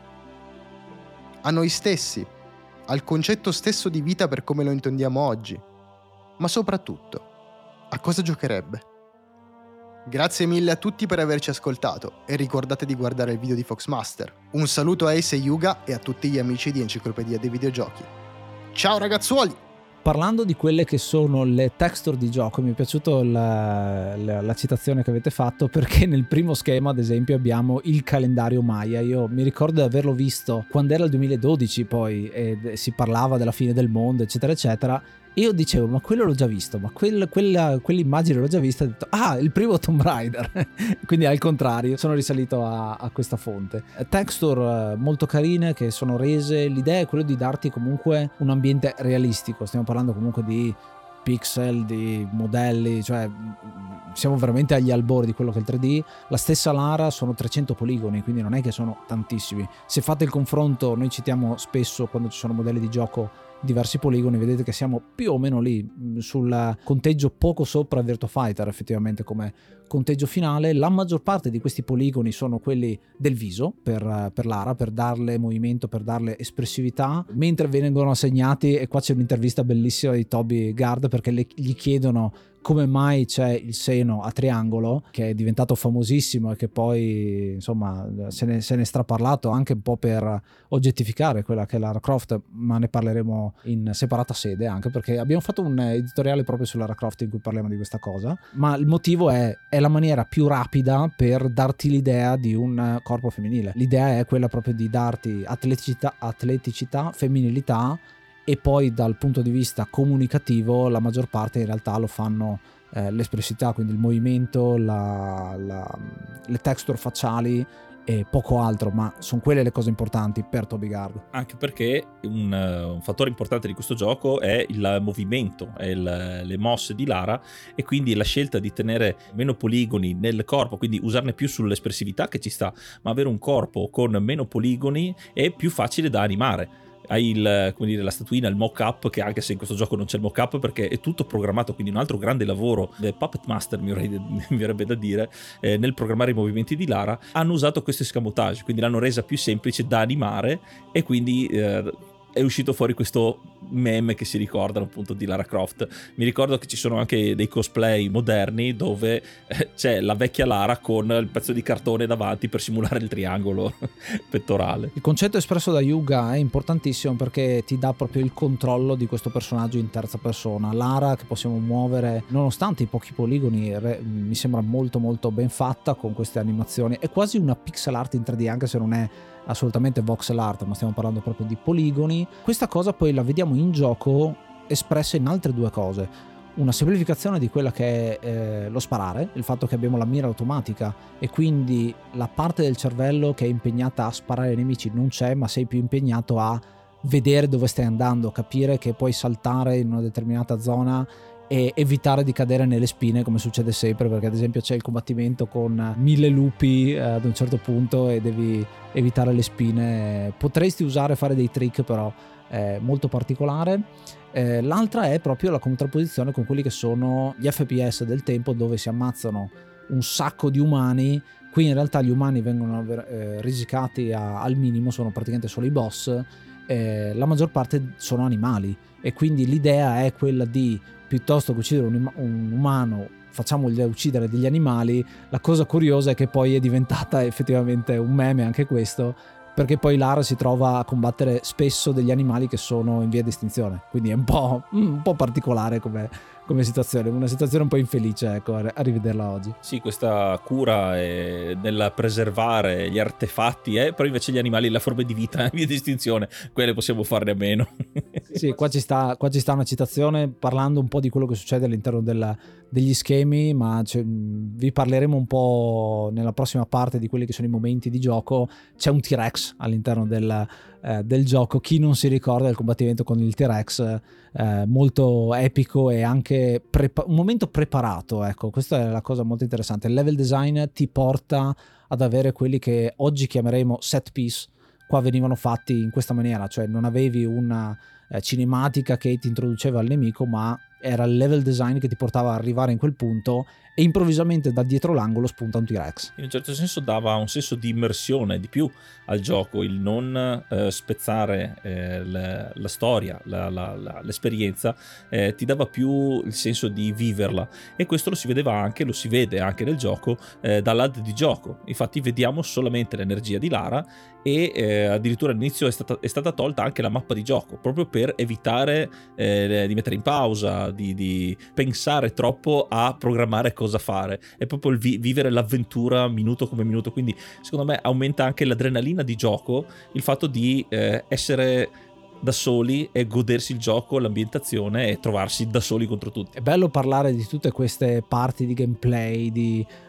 A noi stessi, al concetto stesso di vita per come lo intendiamo oggi, ma soprattutto, a cosa giocherebbe? Grazie mille a tutti per averci ascoltato e ricordate di guardare il video di Foxmaster. Un saluto a Ace e Yuga e a tutti gli amici di Enciclopedia dei Videogiochi. Ciao ragazzuoli! Parlando di quelle che sono le texture di gioco, mi è piaciuta la, la, la citazione che avete fatto, perché nel primo schema ad esempio abbiamo il calendario Maya. Io mi ricordo di averlo visto quando era il duemiladodici poi e si parlava della fine del mondo eccetera eccetera. Io dicevo, ma quello l'ho già visto, ma quel, quella, quell'immagine l'ho già vista, ho detto, ah, il primo Tomb Raider. Quindi al contrario, sono risalito a, a questa fonte. Texture molto carine che sono rese, l'idea è quella di darti comunque un ambiente realistico, stiamo parlando comunque di pixel, di modelli, cioè siamo veramente agli albori di quello che è il tre D. La stessa Lara sono trecento poligoni, quindi non è che sono tantissimi. Se fate il confronto, noi citiamo spesso quando ci sono modelli di gioco diversi poligoni, vedete che siamo più o meno lì sul conteggio poco sopra Virtua Fighter effettivamente come conteggio finale. La maggior parte di questi poligoni sono quelli del viso per, per Lara, per darle movimento, per darle espressività, mentre vengono assegnati, e qua c'è un'intervista bellissima di Toby Gard perché le, gli chiedono come mai c'è il seno a triangolo, che è diventato famosissimo e che poi insomma se ne, se ne è straparlato anche un po' per oggettificare quella che è Lara Croft, ma ne parleremo in separata sede, anche perché abbiamo fatto un editoriale proprio su Lara Croft in cui parliamo di questa cosa. Ma il motivo è, è la maniera più rapida per darti l'idea di un corpo femminile. L'idea è quella proprio di darti atleticità, atleticità, femminilità, e poi dal punto di vista comunicativo la maggior parte in realtà lo fanno eh, l'espressività, quindi il movimento, la, la, le texture facciali e poco altro, ma sono quelle le cose importanti per Toby Gard. Anche perché un, un fattore importante di questo gioco è il movimento, è il, le mosse di Lara, e quindi la scelta di tenere meno poligoni nel corpo, quindi usarne più sull'espressività che ci sta, ma avere un corpo con meno poligoni è più facile da animare. Hai il, come dire, la statuina, il mock-up, che anche se in questo gioco non c'è il mock-up perché è tutto programmato, quindi un altro grande lavoro del Puppet Master mi, vorrei, mi verrebbe da dire, eh, nel programmare i movimenti di Lara, hanno usato questo escamotage, quindi l'hanno resa più semplice da animare, e quindi eh, è uscito fuori questo meme che si ricordano appunto di Lara Croft. Mi ricordo che ci sono anche dei cosplay moderni dove eh, c'è la vecchia Lara con il pezzo di cartone davanti per simulare il triangolo pettorale. Il concetto espresso da Yuga è importantissimo perché ti dà proprio il controllo di questo personaggio in terza persona. Lara che possiamo muovere nonostante i pochi poligoni, re, mi sembra molto molto ben fatta con queste animazioni. È quasi una pixel art in tre D, anche se non è assolutamente voxel art, ma stiamo parlando proprio di poligoni. Questa cosa poi la vediamo in gioco espressa in altre due cose: una semplificazione di quella che è eh, lo sparare, il fatto che abbiamo la mira automatica e quindi la parte del cervello che è impegnata a sparare ai nemici non c'è, ma sei più impegnato a vedere dove stai andando, capire che puoi saltare in una determinata zona e evitare di cadere nelle spine, come succede sempre, perché ad esempio c'è il combattimento con mille lupi eh, ad un certo punto e devi evitare le spine. Potresti usare fare dei trick, però è molto particolare. Eh, l'altra è proprio la contrapposizione con quelli che sono gli F P S del tempo, dove si ammazzano un sacco di umani. Qui in realtà gli umani vengono eh, risicati a, al minimo, sono praticamente solo i boss. Eh, la maggior parte sono animali e quindi l'idea è quella di, piuttosto che uccidere un, un umano, facciamogli uccidere degli animali. La cosa curiosa è che poi è diventata effettivamente un meme anche questo, perché poi Lara si trova a combattere spesso degli animali che sono in via di estinzione, quindi è un po', un po' particolare come, come situazione, una situazione un po' infelice, ecco, a rivederla oggi. Sì, questa cura è nel preservare gli artefatti, eh, però invece gli animali, la forma di vita in via di estinzione, quelle possiamo farne a meno. Sì, qua ci sta, qua ci sta una citazione parlando un po' di quello che succede all'interno della, degli schemi, ma vi parleremo un po' nella prossima parte di quelli che sono i momenti di gioco. C'è un T-Rex all'interno del, eh, del gioco. Chi non si ricorda il combattimento con il T-Rex, eh, molto epico e anche prepa- un momento preparato, ecco, questa è la cosa molto interessante. Il level design ti porta ad avere quelli che oggi chiameremo set piece. Qua venivano fatti in questa maniera, cioè non avevi una eh, cinematica che ti introduceva al nemico, ma era il level design che ti portava ad arrivare in quel punto e improvvisamente da dietro l'angolo spunta un T-Rex. In un certo senso dava un senso di immersione di più al gioco, il non eh, spezzare eh, le, la storia, la, la, la, l'esperienza, eh, ti dava più il senso di viverla, e questo lo si vedeva anche, lo si vede anche nel gioco eh, dall'H U D di gioco. Infatti vediamo solamente l'energia di Lara e eh, addirittura all'inizio è stata, è stata tolta anche la mappa di gioco, proprio per evitare eh, di mettere in pausa, di, di pensare troppo a programmare cosa fare. È proprio il vi- vivere l'avventura minuto come minuto, quindi secondo me aumenta anche l'adrenalina di gioco il fatto di eh, essere da soli e godersi il gioco, l'ambientazione e trovarsi da soli contro tutti. È bello parlare di tutte queste parti di gameplay, di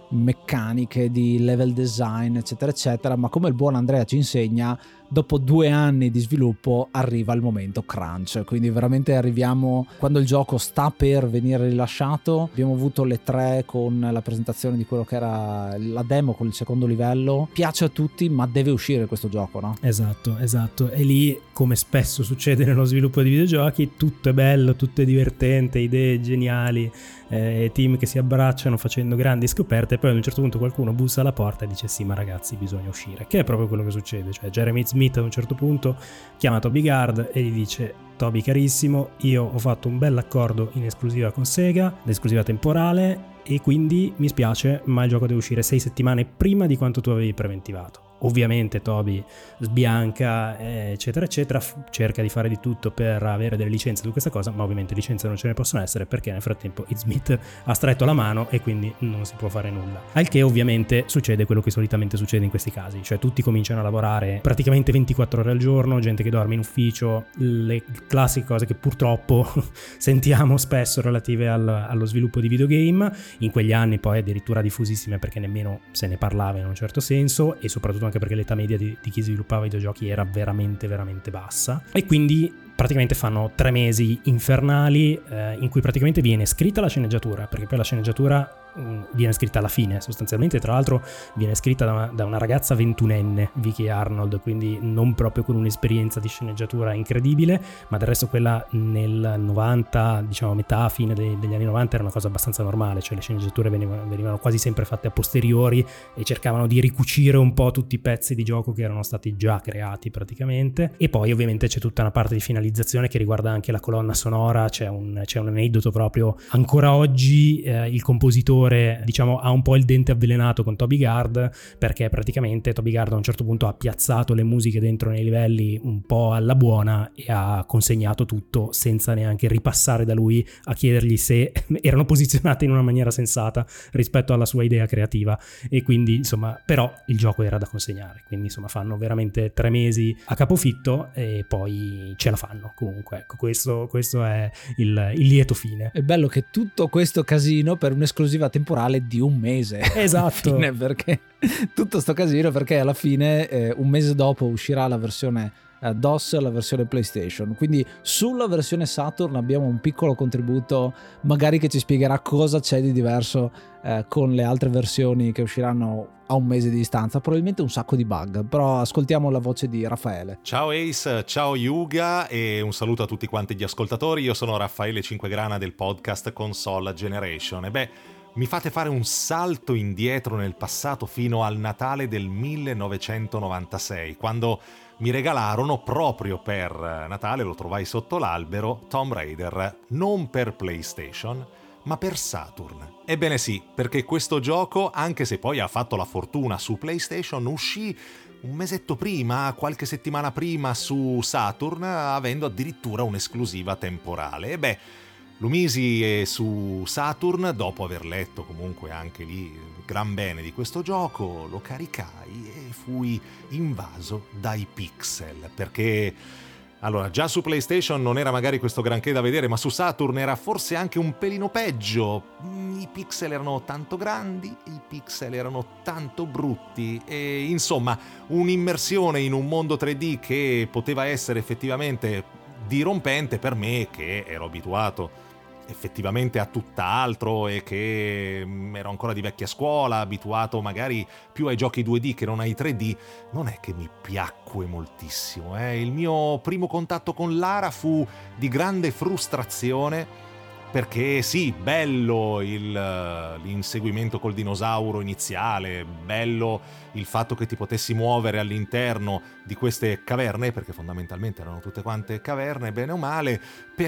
meccaniche, di level design, eccetera eccetera, ma come il buon Andrea ci insegna, dopo due anni di sviluppo arriva il momento crunch, quindi veramente arriviamo quando il gioco sta per venire rilasciato. Abbiamo avuto le tre con la presentazione di quello che era la demo con il secondo livello. Piace a tutti, ma deve uscire questo gioco, no? Esatto, esatto. E lì, come spesso succede nello sviluppo di videogiochi, tutto è bello, tutto è divertente, idee geniali, eh, team che si abbracciano facendo grandi scoperte, e poi ad un certo punto qualcuno bussa alla porta e dice sì, ma ragazzi, bisogna uscire, che è proprio quello che succede. Cioè Jeremy Smith ad un certo punto chiama Toby Gard e gli dice: Toby carissimo, io ho fatto un bel accordo in esclusiva con Sega, l'esclusiva temporale, e quindi mi spiace, ma il gioco deve uscire sei settimane prima di quanto tu avevi preventivato. Ovviamente Toby sbianca, eccetera eccetera, cerca di fare di tutto per avere delle licenze su questa cosa, ma ovviamente licenze non ce ne possono essere perché nel frattempo Ed Smith ha stretto la mano e quindi non si può fare nulla. Al che ovviamente succede quello che solitamente succede in questi casi, cioè tutti cominciano a lavorare praticamente ventiquattro ore al giorno, gente che dorme in ufficio, le classiche cose che purtroppo sentiamo spesso relative al, allo sviluppo di videogame. In quegli anni poi addirittura diffusissime perché nemmeno se ne parlava in un certo senso, e soprattutto anche perché l'età media di, di chi sviluppava videogiochi era veramente veramente bassa, e quindi praticamente fanno tre mesi infernali eh, in cui praticamente viene scritta la sceneggiatura, perché poi la sceneggiatura mh, viene scritta alla fine sostanzialmente, tra l'altro viene scritta da una, da una ragazza ventunenne, Vicky Arnold, quindi non proprio con un'esperienza di sceneggiatura incredibile, ma del resto quella nel novanta, diciamo metà fine dei, degli anni novanta, era una cosa abbastanza normale, cioè le sceneggiature venivano, venivano quasi sempre fatte a posteriori e cercavano di ricucire un po' tutti i pezzi di gioco che erano stati già creati praticamente. E poi ovviamente c'è tutta una parte di finalizzazione che riguarda anche la colonna sonora. C'è un, c'è un aneddoto proprio, ancora oggi eh, il compositore diciamo ha un po' il dente avvelenato con Toby Gard, perché praticamente Toby Gard a un certo punto ha piazzato le musiche dentro nei livelli un po' alla buona e ha consegnato tutto senza neanche ripassare da lui a chiedergli se erano posizionate in una maniera sensata rispetto alla sua idea creativa. E quindi insomma, però il gioco era da consegnare, quindi insomma fanno veramente tre mesi a capofitto e poi ce la fanno. Comunque ecco, questo, questo è il, il lieto fine. È bello che tutto questo casino per un'esclusiva temporale di un mese. Esatto. Fine, perché tutto sto casino perché alla fine eh, un mese dopo uscirà la versione eh, DOS, la versione PlayStation, quindi sulla versione Saturn abbiamo un piccolo contributo magari che ci spiegherà cosa c'è di diverso eh, con le altre versioni che usciranno a un mese di distanza, probabilmente un sacco di bug, però ascoltiamo la voce di Raffaele. Ciao Ace, ciao Yuga e un saluto a tutti quanti gli ascoltatori. Io sono Raffaele Cinquegrana del podcast Console Generation. E beh, mi fate fare un salto indietro nel passato fino al Natale del millenovecentonovantasei, quando mi regalarono proprio per Natale, lo trovai sotto l'albero, Tomb Raider, non per PlayStation ma per Saturn. Ebbene sì, perché questo gioco, anche se poi ha fatto la fortuna su PlayStation, uscì un mesetto prima, qualche settimana prima su Saturn, avendo addirittura un'esclusiva temporale. E beh, lo misi su Saturn, dopo aver letto comunque anche lì gran bene di questo gioco, lo caricai e fui invaso dai pixel, perché allora già su PlayStation non era magari questo granché da vedere, ma su Saturn era forse anche un pelino peggio. I pixel erano tanto grandi, i pixel erano tanto brutti e insomma un'immersione in un mondo tre D che poteva essere effettivamente dirompente per me, che ero abituato effettivamente a tutt'altro e che ero ancora di vecchia scuola, abituato magari più ai giochi due D che non ai tre D. Non è che mi piacque moltissimo, eh. Il mio primo contatto con Lara fu di grande frustrazione, perché sì, bello il, l'inseguimento col dinosauro iniziale, bello il fatto che ti potessi muovere all'interno di queste caverne, perché fondamentalmente erano tutte quante caverne, bene o male,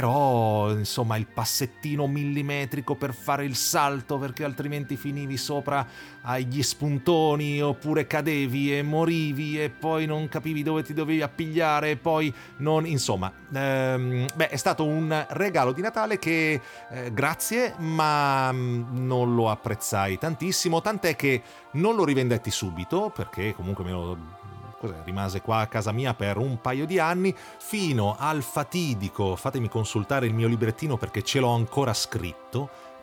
però insomma il passettino millimetrico per fare il salto, perché altrimenti finivi sopra agli spuntoni oppure cadevi e morivi e poi non capivi dove ti dovevi appigliare e poi non, insomma ehm, beh, è stato un regalo di Natale che eh, grazie, ma mh, non lo apprezzai tantissimo, tant'è che non lo rivendetti subito, perché comunque me lo Cos'è? rimase qua a casa mia per un paio di anni, fino al fatidico, fatemi consultare il mio librettino perché ce l'ho ancora scritto,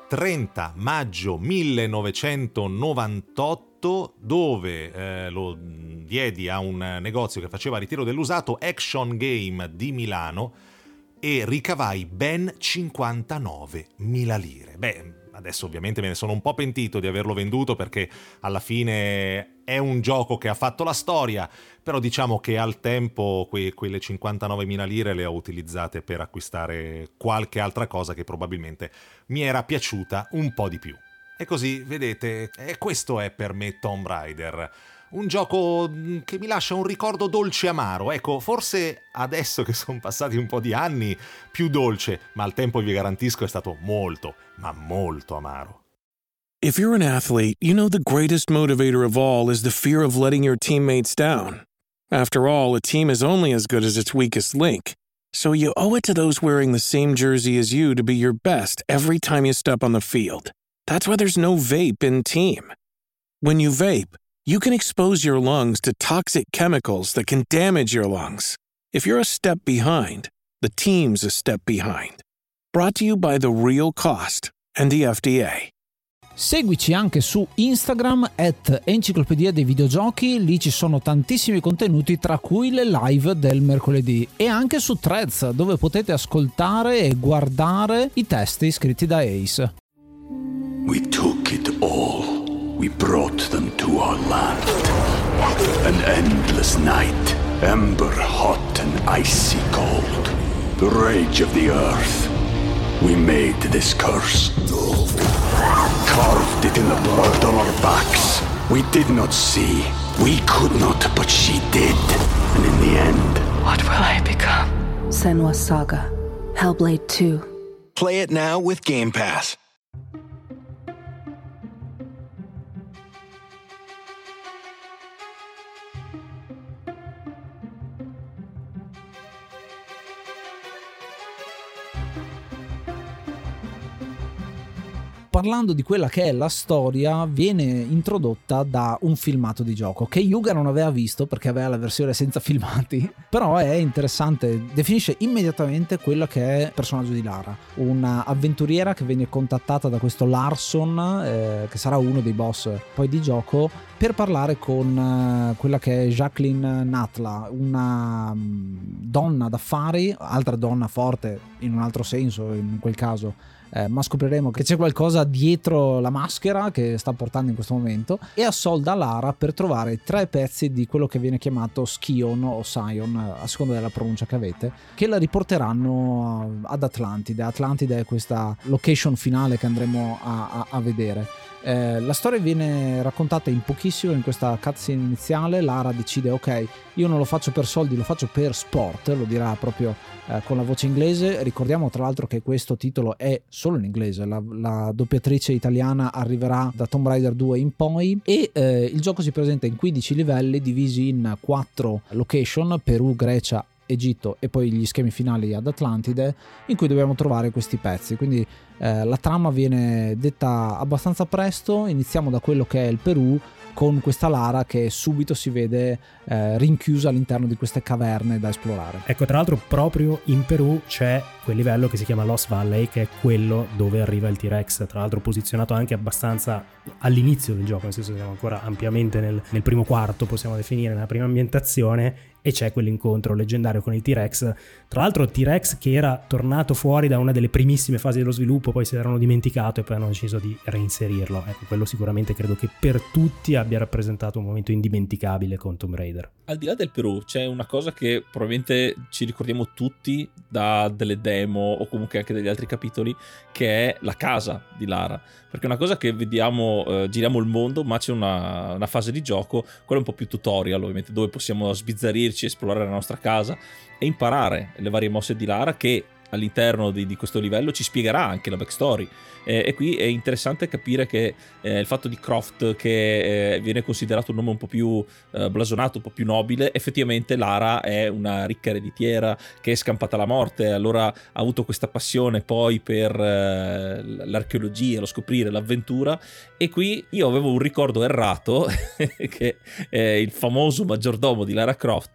trenta maggio millenovecentonovantotto, dove eh, lo diedi a un negozio che faceva ritiro dell'usato, Action Game di Milano, e ricavai ben cinquantanovemila lire. Beh, adesso ovviamente me ne sono un po' pentito di averlo venduto, perché alla fine è un gioco che ha fatto la storia, però diciamo che al tempo que- quelle cinquantanovemila lire le ho utilizzate per acquistare qualche altra cosa che probabilmente mi era piaciuta un po' di più. E così, vedete, e questo è per me Tomb Raider. Un gioco che mi lascia un ricordo dolce amaro. Ecco, forse adesso che sono passati un po' di anni, più dolce, ma al tempo vi garantisco è stato molto, ma molto amaro. If you're an athlete, you know the greatest motivator of all is the fear of letting your teammates down. After all, a team is only as good as its weakest link. So you owe it to those wearing the same jersey as you to be your best every time you step on the field. That's why there's no vape in team. When you vape, you can expose your lungs to toxic chemicals that can damage your lungs. If you're a step behind, the team's a step behind. Brought to you by The Real Cost and the F D A. Seguici anche su Instagram at Enciclopedia dei Videogiochi, lì ci sono tantissimi contenuti, tra cui le live del mercoledì, e anche su Threads, dove potete ascoltare e guardare i testi scritti da Ace. We took it all. We brought them to our land. An endless night, ember hot and icy cold. The rage of the earth. We made this curse. Carved it in the blood on our backs. We did not see. We could not, but she did. And in the end, What will I become? Senua's Saga. Hellblade two. Play it now with Game Pass. Parlando di quella che è la storia, viene introdotta da un filmato di gioco che Yuga non aveva visto perché aveva la versione senza filmati, però è interessante, definisce immediatamente quella che è il personaggio di Lara, una avventuriera che viene contattata da questo Larson, eh, che sarà uno dei boss poi di gioco, per parlare con eh, quella che è Jacqueline Natla, una um, donna d'affari, altra donna forte in un altro senso in quel caso. Eh, ma scopriremo che c'è qualcosa dietro la maschera che sta portando in questo momento, e assolda Lara per trovare tre pezzi di quello che viene chiamato Scion o Sion, a seconda della pronuncia che avete, che la riporteranno ad Atlantide. Atlantide è questa location finale che andremo a, a, a vedere. Eh, la storia viene raccontata in pochissimo in questa cutscene iniziale. Lara decide: ok, io non lo faccio per soldi, lo faccio per sport, lo dirà proprio eh, con la voce inglese. Ricordiamo tra l'altro che questo titolo è solo in inglese, la, la doppiatrice italiana arriverà da Tomb Raider due in poi, e eh, il gioco si presenta in quindici livelli divisi in quattro location: Perù, Grecia, Egitto e poi gli schemi finali ad Atlantide, in cui dobbiamo trovare questi pezzi. Quindi eh, la trama viene detta abbastanza presto. Iniziamo da quello che è il Perù, con questa Lara che subito si vede eh, rinchiusa all'interno di queste caverne da esplorare. Ecco, tra l'altro proprio in Perù c'è quel livello che si chiama Lost Valley, che è quello dove arriva il T-Rex, tra l'altro posizionato anche abbastanza all'inizio del gioco, nel senso che siamo ancora ampiamente nel, nel primo quarto, possiamo definire, nella prima ambientazione, e c'è quell'incontro leggendario con il T-Rex. Tra l'altro T-Rex che era tornato fuori da una delle primissime fasi dello sviluppo, poi si erano dimenticato e poi hanno deciso di reinserirlo. Ecco, quello sicuramente credo che per tutti abbia rappresentato un momento indimenticabile con Tomb Raider. Al di là del Perù c'è una cosa che probabilmente ci ricordiamo tutti da delle demo o comunque anche dagli altri capitoli, che è la casa di Lara, perché è una cosa che vediamo, eh, giriamo il mondo, ma c'è una, una fase di gioco, quella un po' più tutorial ovviamente, dove possiamo sbizzarrirci, esplorare la nostra casa e imparare le varie mosse di Lara, che all'interno di, di questo livello ci spiegherà anche la backstory. Eh, e qui è interessante capire che eh, il fatto di Croft, che eh, viene considerato un nome un po' più eh, blasonato, un po' più nobile, effettivamente Lara è una ricca ereditiera che è scampata alla morte, allora ha avuto questa passione poi per eh, l'archeologia, lo scoprire, l'avventura. E qui io avevo un ricordo errato che è il famoso maggiordomo di Lara Croft,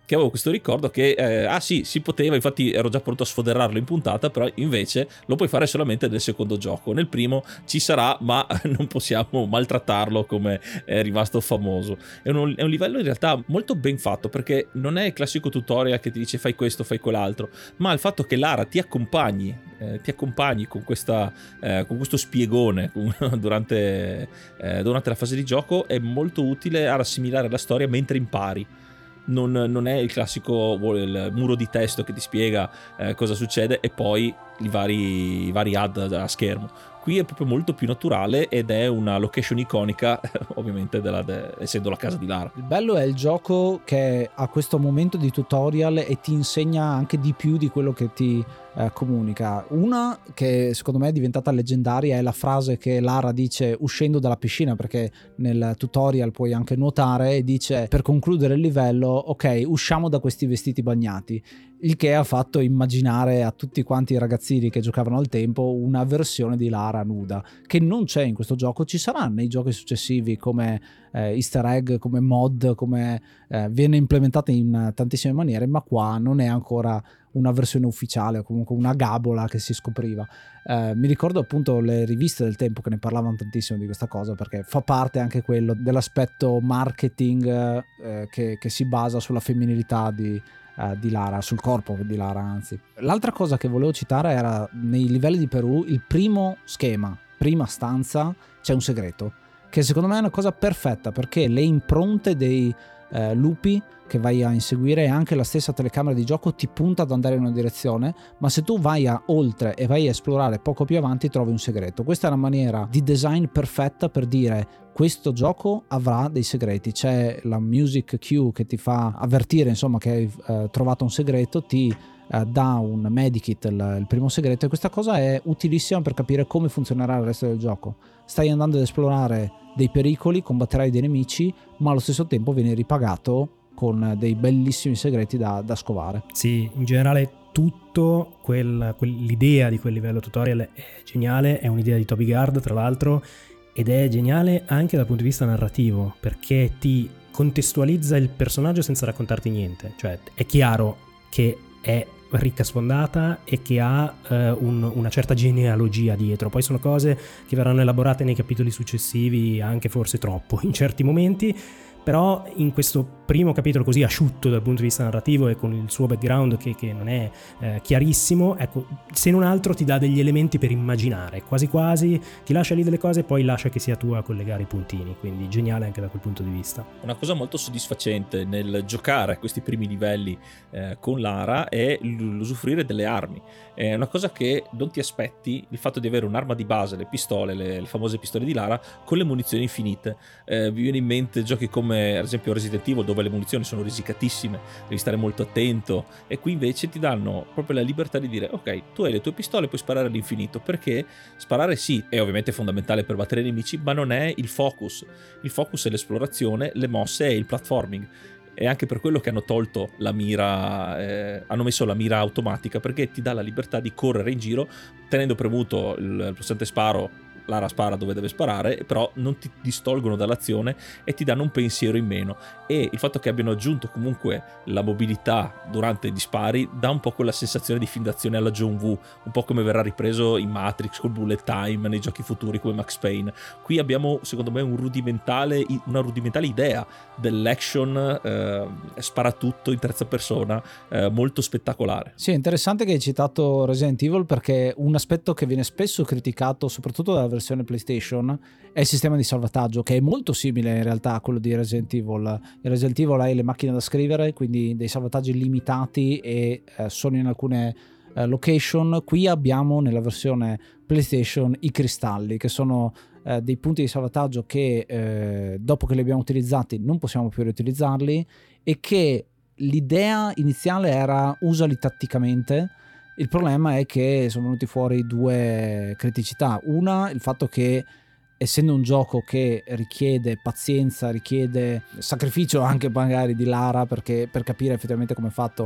che avevo questo ricordo che eh, ah sì, si poteva, infatti ero già pronto a sfoderarlo in puntata, però invece lo puoi fare solamente nel secondo gioco. Nel primo ci sarà, ma non possiamo maltrattarlo come è rimasto famoso. È un, è un livello in realtà molto ben fatto, perché non è il classico tutorial che ti dice fai questo, fai quell'altro, ma il fatto che Lara ti accompagni eh, ti accompagni con questa eh, con questo spiegone durante, eh, durante la fase di gioco è molto utile ad assimilare la storia mentre impari. Non, non è il classico il muro di testo che ti spiega eh, cosa succede e poi i vari, i vari ad a schermo. Qui è proprio molto più naturale ed è una location iconica, ovviamente, della, de, essendo la casa di Lara. Il bello è il gioco che ha questo momento di tutorial e ti insegna anche di più di quello che ti eh, comunica. Una che secondo me è diventata leggendaria è la frase che Lara dice uscendo dalla piscina, perché nel tutorial puoi anche nuotare, e dice per concludere il livello ok, usciamo da questi vestiti bagnati, il che ha fatto immaginare a tutti quanti i ragazzini che giocavano al tempo una versione di Lara nuda, che non c'è in questo gioco. Ci sarà nei giochi successivi come eh, easter egg, come mod, come eh, viene implementata in tantissime maniere, ma qua non è ancora una versione ufficiale o comunque una gabola che si scopriva. Eh, mi ricordo appunto le riviste del tempo che ne parlavano tantissimo di questa cosa, perché fa parte anche quello dell'aspetto marketing eh, che, che si basa sulla femminilità di Uh, di Lara, sul corpo di Lara anzi. L'altra cosa che volevo citare era nei livelli di Perù, il primo schema, prima stanza, c'è un segreto, che secondo me è una cosa perfetta, perché le impronte dei uh, lupi che vai a inseguire e anche la stessa telecamera di gioco ti punta ad andare in una direzione, ma se tu vai a oltre e vai a esplorare poco più avanti trovi un segreto. Questa è una maniera di design perfetta per dire questo gioco avrà dei segreti. C'è la music cue che ti fa avvertire insomma che hai eh, trovato un segreto, ti eh, dà un medikit, il, il primo segreto, e questa cosa è utilissima per capire come funzionerà il resto del gioco. Stai andando ad esplorare dei pericoli, combatterai dei nemici, ma allo stesso tempo vieni ripagato con dei bellissimi segreti da, da scovare. Sì, in generale tutto quel, quell'idea di quel livello tutorial è geniale, è un'idea di Toby Gard tra l'altro, ed è geniale anche dal punto di vista narrativo, perché ti contestualizza il personaggio senza raccontarti niente. Cioè è chiaro che è ricca sfondata e che ha eh, un, una certa genealogia dietro, poi sono cose che verranno elaborate nei capitoli successivi, anche forse troppo in certi momenti, però in questo primo capitolo così asciutto dal punto di vista narrativo e con il suo background che, che non è eh, chiarissimo, ecco, se non altro ti dà degli elementi per immaginare, quasi quasi ti lascia lì delle cose e poi lascia che sia tu a collegare i puntini, quindi geniale anche da quel punto di vista. Una cosa molto soddisfacente nel giocare a questi primi livelli eh, con Lara è l'usufruire delle armi. È una cosa che non ti aspetti, il fatto di avere un'arma di base, le pistole, le, le famose pistole di Lara con le munizioni infinite. Eh, vi viene in mente giochi come ad esempio Resident Evil, dove le munizioni sono risicatissime, devi stare molto attento, e qui invece ti danno proprio la libertà di dire ok, tu hai le tue pistole, puoi sparare all'infinito, perché sparare sì è ovviamente fondamentale per battere i nemici, ma non è il focus. Il focus è l'esplorazione, le mosse e il platforming. È anche per quello che hanno tolto la mira, eh, hanno messo la mira automatica, perché ti dà la libertà di correre in giro tenendo premuto il, il pulsante sparo. Lara spara dove deve sparare, però non ti distolgono dall'azione e ti danno un pensiero in meno, e il fatto che abbiano aggiunto comunque la mobilità durante gli spari dà un po' quella sensazione di film d'azione alla John Woo, un po' come verrà ripreso in Matrix col bullet time nei giochi futuri come Max Payne. Qui abbiamo secondo me un rudimentale, una rudimentale idea dell'action eh, sparatutto in terza persona eh, molto spettacolare. Sì, è interessante che hai citato Resident Evil, perché un aspetto che viene spesso criticato soprattutto dalla versione PlayStation è il sistema di salvataggio, che è molto simile in realtà a quello di Resident Evil. In Resident Evil hai le macchine da scrivere, quindi dei salvataggi limitati e eh, solo in alcune eh, location. Qui abbiamo nella versione PlayStation i cristalli, che sono eh, dei punti di salvataggio che eh, dopo che li abbiamo utilizzati non possiamo più riutilizzarli, e che l'idea iniziale era usali tatticamente. Il problema è che sono venuti fuori due criticità. Una, il fatto che essendo un gioco che richiede pazienza, richiede sacrificio anche magari di Lara, perché per capire effettivamente come è fatto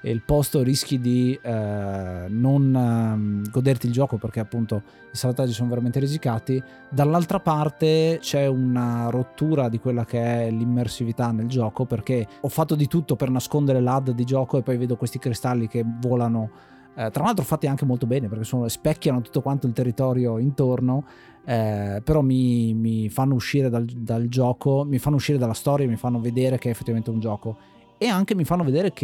il posto rischi di eh, non eh, goderti il gioco perché appunto i salvataggi sono veramente risicati. Dall'altra parte c'è una rottura di quella che è l'immersività nel gioco, perché ho fatto di tutto per nascondere l'A D di gioco e poi vedo questi cristalli che volano, eh, tra l'altro fatti anche molto bene perché sono, specchiano tutto quanto il territorio intorno, eh, però mi, mi fanno uscire dal, dal gioco, mi fanno uscire dalla storia, mi fanno vedere che è effettivamente un gioco. E anche mi fanno vedere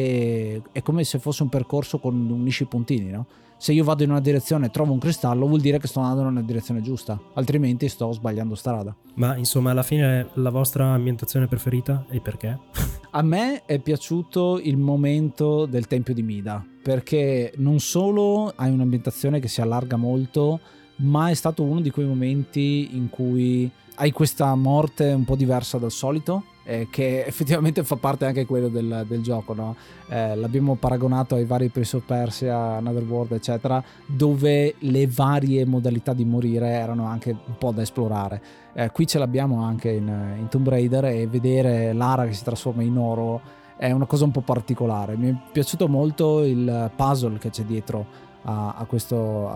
che è come se fosse un percorso con unisci i puntini, no? Se io vado in una direzione e trovo un cristallo vuol dire che sto andando nella direzione giusta, altrimenti sto sbagliando strada. Ma insomma, alla fine la vostra ambientazione preferita e perché? A me è piaciuto il momento del Tempio di Mida, perché non solo hai un'ambientazione che si allarga molto, ma è stato uno di quei momenti in cui hai questa morte un po' diversa dal solito, eh, che effettivamente fa parte anche quello del, del gioco, no? Eh, l'abbiamo paragonato ai vari Prince of Persia, Netherworld eccetera, dove le varie modalità di morire erano anche un po' da esplorare. Eh, qui ce l'abbiamo anche in, in Tomb Raider, e vedere Lara che si trasforma in oro è una cosa un po' particolare. Mi è piaciuto molto il puzzle che c'è dietro a, a, questo,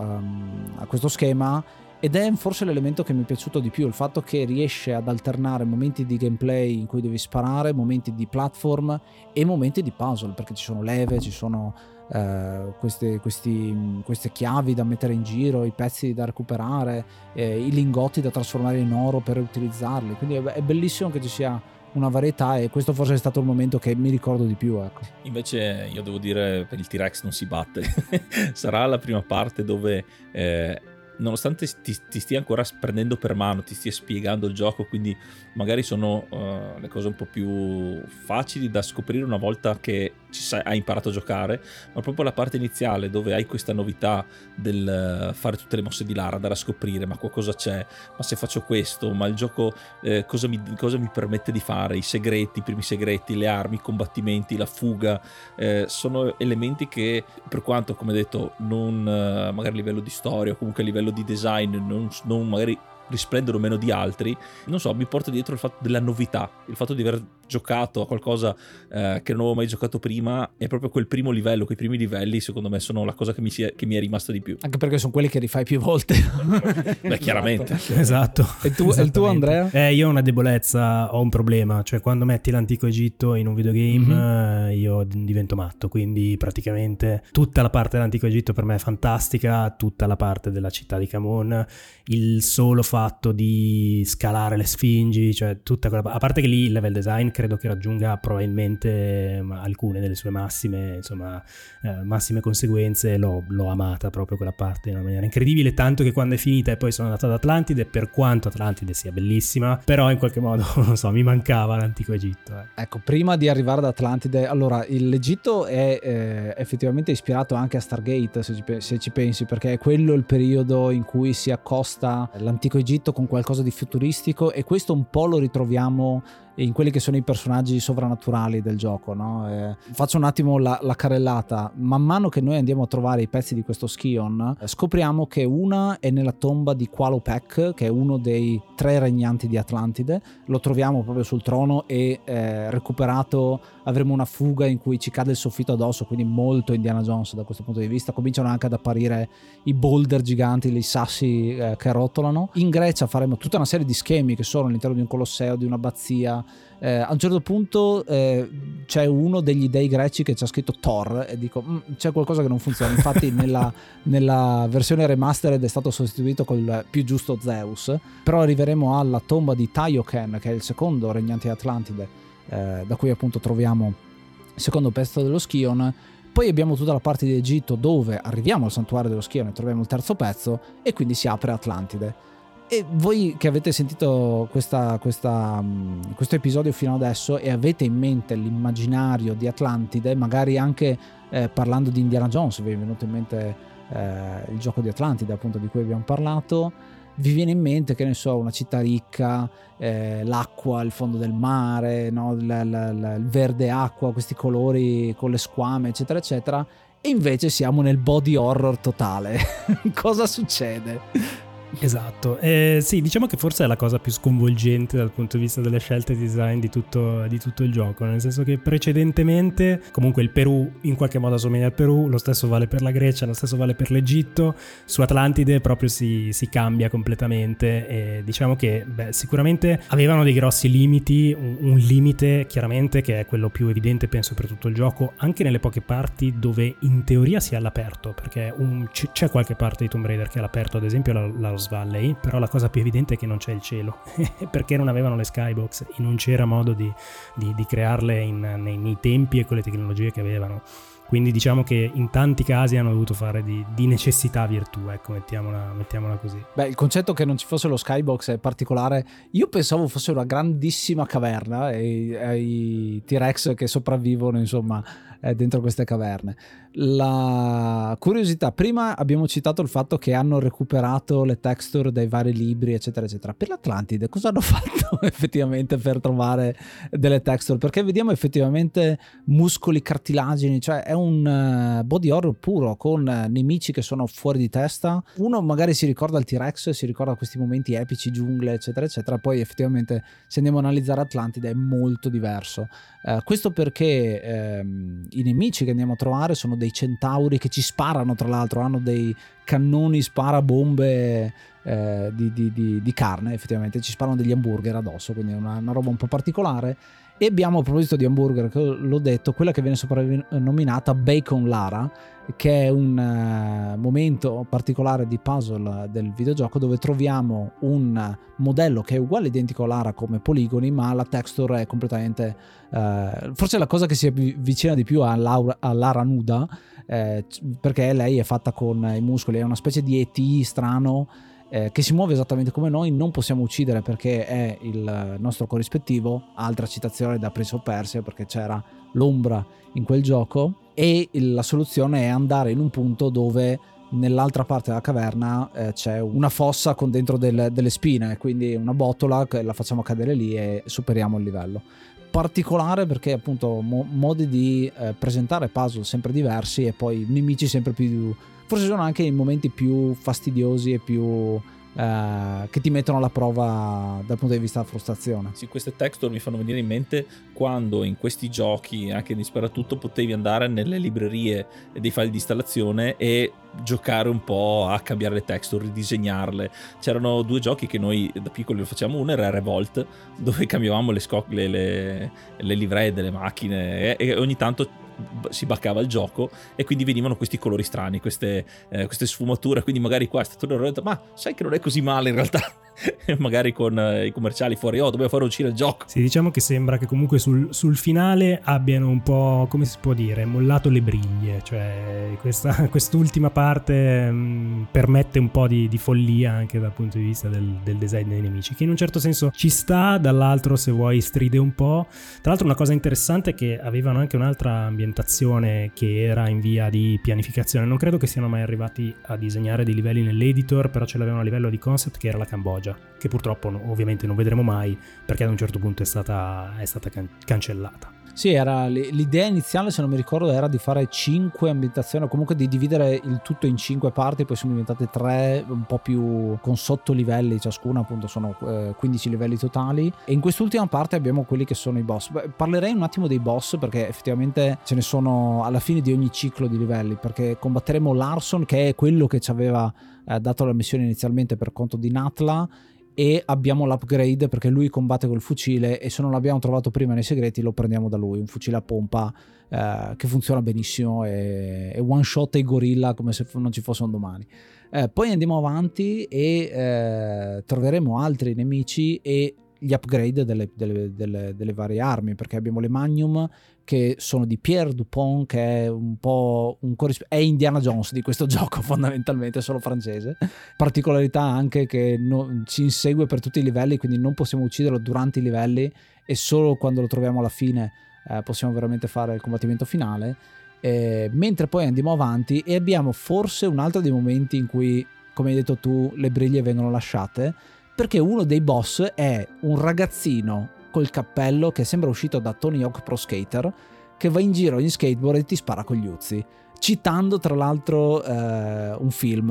um, a questo schema, ed è forse l'elemento che mi è piaciuto di più, il fatto che riesce ad alternare momenti di gameplay in cui devi sparare, momenti di platform e momenti di puzzle, perché ci sono leve, ci sono eh, queste, questi, queste chiavi da mettere in giro, i pezzi da recuperare, eh, i lingotti da trasformare in oro per utilizzarli, quindi è, è bellissimo che ci sia una varietà, e questo forse è stato il momento che mi ricordo di più, ecco. Invece io devo dire, per il T-Rex non si batte. Sarà la prima parte dove eh, nonostante ti, ti stia ancora prendendo per mano, ti stia spiegando il gioco, quindi magari sono uh, le cose un po' più facili da scoprire una volta che ci sai, hai imparato a giocare, ma proprio la parte iniziale dove hai questa novità del uh, fare tutte le mosse di Lara, andare a scoprire ma qua cosa c'è, ma se faccio questo, ma il gioco eh, cosa, mi, cosa mi permette di fare, i segreti, i primi segreti, le armi, i combattimenti, la fuga, eh, sono elementi che, per quanto come detto non uh, magari a livello di storia o comunque a livello di design non, non magari risplendono meno di altri, non so, mi porta dietro il fatto della novità, il fatto di aver giocato a qualcosa eh, che non avevo mai giocato prima, e proprio quel primo livello, quei primi livelli secondo me sono la cosa che mi, sia, che mi è rimasta di più, anche perché sono quelli che rifai più volte. Beh, chiaramente. Esatto. E tu, e il tuo Andrea? Eh, io ho una debolezza, ho un problema, cioè quando metti l'antico Egitto in un videogame mm-hmm. eh, io divento matto, quindi praticamente tutta la parte dell'antico Egitto per me è fantastica, tutta la parte della città di Camon, il solo fatto di scalare le sfingi, cioè tutta quella, a parte che lì il level design credo che raggiunga probabilmente alcune delle sue massime, insomma eh, massime conseguenze, l'ho, l'ho amata proprio quella parte in una maniera incredibile, tanto che quando è finita e poi sono andato ad Atlantide, per quanto Atlantide sia bellissima, però in qualche modo non so, mi mancava l'antico Egitto. Eh. Ecco, prima di arrivare ad Atlantide, allora l'Egitto è eh, effettivamente ispirato anche a Stargate, se ci, se ci pensi, perché è quello il periodo in cui si accosta l'antico Egitto con qualcosa di futuristico, e questo un po' lo ritroviamo in quelli che sono i personaggi sovrannaturali del gioco, no? Eh, faccio un attimo la, la carrellata. Man mano che noi andiamo a trovare i pezzi di questo Scion, eh, scopriamo che una è nella tomba di Qualopec, che è uno dei tre regnanti di Atlantide. Lo troviamo proprio sul trono, e eh, recuperato avremo una fuga in cui ci cade il soffitto addosso, quindi molto Indiana Jones da questo punto di vista. Cominciano anche ad apparire i boulder giganti, i sassi eh, che rotolano. In Grecia faremo tutta una serie di schemi che sono all'interno di un colosseo, di una abbazia. Eh, a un certo punto eh, c'è uno degli dei greci che c'ha scritto Thor, e dico c'è qualcosa che non funziona. Infatti nella, nella versione remastered è stato sostituito col più giusto Zeus. Però arriveremo alla tomba di Taioken, che è il secondo regnante di Atlantide, eh, da cui appunto troviamo il secondo pezzo dello Scion. Poi abbiamo tutta la parte di Egitto dove arriviamo al santuario dello Scion e troviamo il terzo pezzo, e quindi si apre Atlantide. E voi che avete sentito questa, questa, questo episodio fino adesso e avete in mente l'immaginario di Atlantide, magari anche eh, parlando di Indiana Jones, vi è venuto in mente eh, il gioco di Atlantide appunto di cui abbiamo parlato, vi viene in mente, che ne so, una città ricca, eh, l'acqua, il fondo del mare, no? l- l- l- il verde acqua, questi colori con le squame eccetera eccetera, e invece siamo nel body horror totale. Cosa succede? Esatto, eh, sì, diciamo che forse è la cosa più sconvolgente dal punto di vista delle scelte di design di tutto, di tutto il gioco, nel senso che precedentemente comunque il Perù in qualche modo assomiglia al Perù, lo stesso vale per la Grecia, lo stesso vale per l'Egitto, su Atlantide proprio si, si cambia completamente e diciamo che beh, sicuramente avevano dei grossi limiti, un, un limite chiaramente che è quello più evidente penso per tutto il gioco, anche nelle poche parti dove in teoria si è all'aperto, perché un, c- c'è qualche parte di Tomb Raider che è all'aperto, ad esempio la, la Valley, però la cosa più evidente è che non c'è il cielo perché non avevano le skybox e non c'era modo di, di, di crearle in, nei, nei tempi e con le tecnologie che avevano, quindi diciamo che in tanti casi hanno dovuto fare di, di necessità virtù, ecco, mettiamola, mettiamola così. Beh, il concetto che non ci fosse lo skybox è particolare. Io pensavo fosse una grandissima caverna e, e i T-Rex che sopravvivono insomma dentro queste caverne. La curiosità, prima abbiamo citato il fatto che hanno recuperato le texture dai vari libri eccetera eccetera. Per l'Atlantide cosa hanno fatto effettivamente per trovare delle texture? Perché vediamo effettivamente muscoli, cartilagini, cioè è un body horror puro con nemici che sono fuori di testa. Uno magari si ricorda il T-Rex, si ricorda questi momenti epici, giungle eccetera eccetera, poi effettivamente se andiamo a analizzare Atlantide è molto diverso. Uh, questo perché ehm, i nemici che andiamo a trovare sono dei centauri che ci sparano, tra l'altro hanno dei cannoni sparabombe eh, di, di, di, di carne, effettivamente ci sparano degli hamburger addosso, quindi è una, una roba un po' particolare. E abbiamo, a proposito di hamburger, che l'ho detto, quella che viene soprannominata Bacon Lara, che è un uh, momento particolare di puzzle del videogioco dove troviamo un modello che è uguale identico a Lara come poligoni, ma la texture è completamente uh, forse la cosa che si avvicina di più a, Laura, a Lara nuda, eh, perché lei è fatta con i muscoli, è una specie di E T strano eh, che si muove esattamente come noi, non possiamo uccidere perché è il nostro corrispettivo. Altra citazione da Prince of Persia, perché c'era l'ombra in quel gioco, e la soluzione è andare in un punto dove nell'altra parte della caverna eh, c'è una fossa con dentro del, delle spine, quindi una botola che la facciamo cadere lì e superiamo il livello. Particolare perché appunto mo- modi di eh, presentare puzzle sempre diversi e poi nemici sempre più, forse sono anche i momenti più fastidiosi e più Uh, che ti mettono alla prova dal punto di vista della frustrazione. Sì, queste texture mi fanno venire in mente quando in questi giochi, anche in Disperatutto, potevi andare nelle librerie dei file di installazione e giocare un po' a cambiare le texture, ridisegnarle. C'erano due giochi che noi da piccoli lo facevamo, uno era Revolt, dove cambiavamo le, sco- le, le, le livree delle macchine e, e ogni tanto si baccava il gioco e quindi venivano questi colori strani, queste, eh, queste sfumature, quindi magari qua è stato un errore, ma sai che non è così male in realtà. Magari con eh, i commerciali fuori, oh dobbiamo fare uscire il gioco. Sì, diciamo che sembra che comunque sul, sul finale abbiano un po', come si può dire, mollato le briglie, cioè questa, quest'ultima parte mh, permette un po' di, di follia anche dal punto di vista del, del design dei nemici, che in un certo senso ci sta, dall'altro se vuoi stride un po'. Tra l'altro una cosa interessante è che avevano anche un'altra ambientazione che era in via di pianificazione, non credo che siano mai arrivati a disegnare dei livelli nell'editor, però ce l'avevano a livello di concept, che era la Cambogia, che purtroppo no, ovviamente non vedremo mai perché ad un certo punto è stata, è stata can- cancellata. Sì, era l'idea iniziale, se non mi ricordo, era di fare cinque ambientazioni o comunque di dividere il tutto in cinque parti, poi sono diventate tre un po' più con sottolivelli ciascuna, appunto sono eh, quindici livelli totali, e in quest'ultima parte abbiamo quelli che sono i boss. Beh, parlerei un attimo dei boss perché effettivamente ce ne sono alla fine di ogni ciclo di livelli, perché combatteremo Larson, che è quello che ci aveva eh, dato la missione inizialmente per conto di Natla, e abbiamo l'upgrade perché lui combatte col fucile e se non l'abbiamo trovato prima nei segreti lo prendiamo da lui, un fucile a pompa eh, che funziona benissimo e, e one shot i gorilla come se non ci fosse un domani. Eh, poi andiamo avanti e eh, troveremo altri nemici e gli upgrade delle, delle, delle, delle varie armi, perché abbiamo le Magnum che sono di Pierre Dupont, che è un po' un corrisp- è Indiana Jones di questo gioco, fondamentalmente, solo francese. Particolarità anche che no, ci insegue per tutti i livelli, quindi non possiamo ucciderlo durante i livelli e solo quando lo troviamo alla fine eh, possiamo veramente fare il combattimento finale. Eh, mentre poi andiamo avanti e abbiamo forse un altro dei momenti in cui, come hai detto tu, le briglie vengono lasciate, perché uno dei boss è un ragazzino col cappello che sembra uscito da Tony Hawk Pro Skater, che va in giro in skateboard e ti spara con gli uzzi, citando tra l'altro eh, un film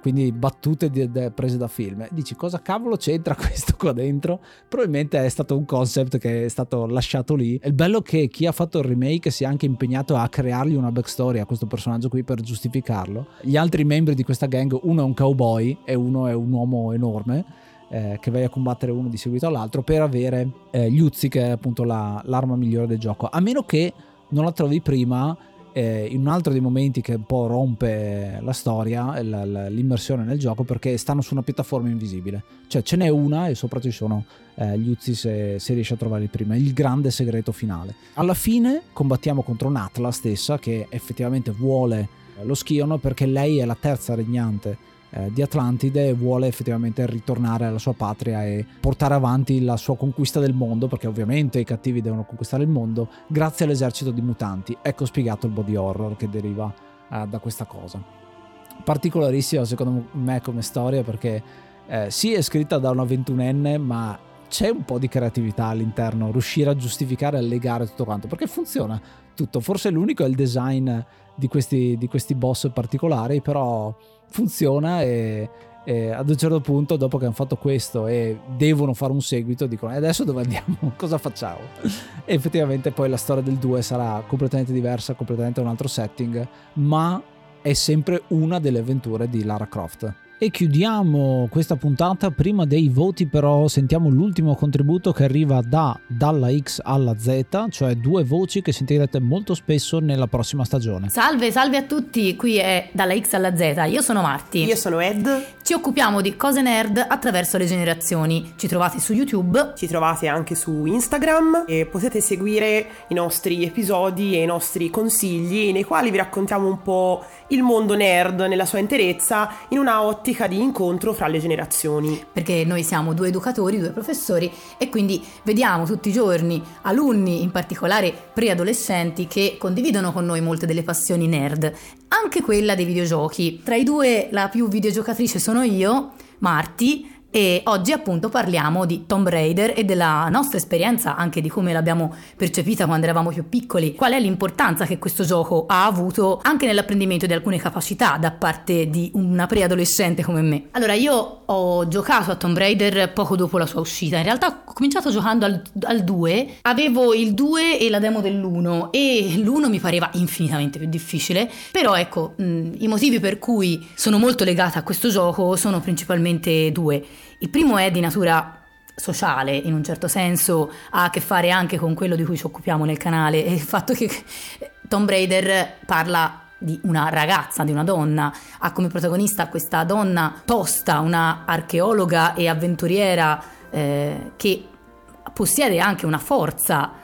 quindi battute di, de, prese da film. Dici, cosa cavolo c'entra questo qua dentro? Probabilmente è stato un concept che è stato lasciato lì. È il bello che chi ha fatto il remake si è anche impegnato a creargli una backstory a questo personaggio qui per giustificarlo. Gli altri membri di questa gang, uno è un cowboy e uno è un uomo enorme, eh, che vai a combattere uno di seguito all'altro per avere eh, gli Uzi, che è appunto la, l'arma migliore del gioco. A meno che non la trovi prima eh, in un altro dei momenti che un po' rompe la storia, la, la, l'immersione nel gioco, perché stanno su una piattaforma invisibile. Cioè ce n'è una e sopra ci sono eh, gli Uzi se, se riesci a trovarli prima. Il grande segreto finale. Alla fine combattiamo contro Natla stessa, che effettivamente vuole lo Scion, perché lei è la terza regnante eh, di Atlantide e vuole effettivamente ritornare alla sua patria e portare avanti la sua conquista del mondo, perché ovviamente i cattivi devono conquistare il mondo grazie all'esercito di mutanti. Ecco spiegato il body horror che deriva eh, da questa cosa. Particolarissima secondo me come storia, perché eh, sì, è scritta da una ventunenne, ma c'è un po' di creatività all'interno, riuscire a giustificare e a legare tutto quanto, perché funziona tutto. Forse l'unico è il design di questi, di questi boss particolari, però funziona e, e ad un certo punto, dopo che hanno fatto questo e devono fare un seguito, dicono: e adesso dove andiamo? Cosa facciamo? E effettivamente poi la storia del due sarà completamente diversa, completamente un altro setting, ma è sempre una delle avventure di Lara Croft. E chiudiamo questa puntata. Prima dei voti però sentiamo l'ultimo contributo che arriva da Dalla X alla Z, cioè due voci che sentirete molto spesso nella prossima stagione. Salve, salve a tutti, qui è Dalla X alla Z, io sono Marti. Io sono Ed. Ci occupiamo di cose nerd attraverso le generazioni. Ci trovate su YouTube. Ci trovate anche su Instagram e potete seguire i nostri episodi e i nostri consigli, nei quali vi raccontiamo un po' il mondo nerd nella sua interezza in una ottica di incontro fra le generazioni. Perché noi siamo due educatori, due professori, e quindi vediamo tutti i giorni alunni, in particolare preadolescenti, che condividono con noi molte delle passioni nerd, anche quella dei videogiochi. Tra i due la più videogiocatrice sono io, Marti, e oggi appunto parliamo di Tomb Raider e della nostra esperienza, anche di come l'abbiamo percepita quando eravamo più piccoli, qual è l'importanza che questo gioco ha avuto anche nell'apprendimento di alcune capacità da parte di una preadolescente come me. Allora, io ho giocato a Tomb Raider poco dopo la sua uscita. In realtà ho cominciato giocando al, al due, avevo il due e la demo dell'uno, e l'uno mi pareva infinitamente più difficile, però ecco, mh, i motivi per cui sono molto legata a questo gioco sono principalmente due. Il primo è di natura sociale, in un certo senso ha a che fare anche con quello di cui ci occupiamo nel canale, e il fatto che Tomb Raider parla di una ragazza, di una donna, ha come protagonista questa donna tosta, una archeologa e avventuriera eh, che possiede anche una forza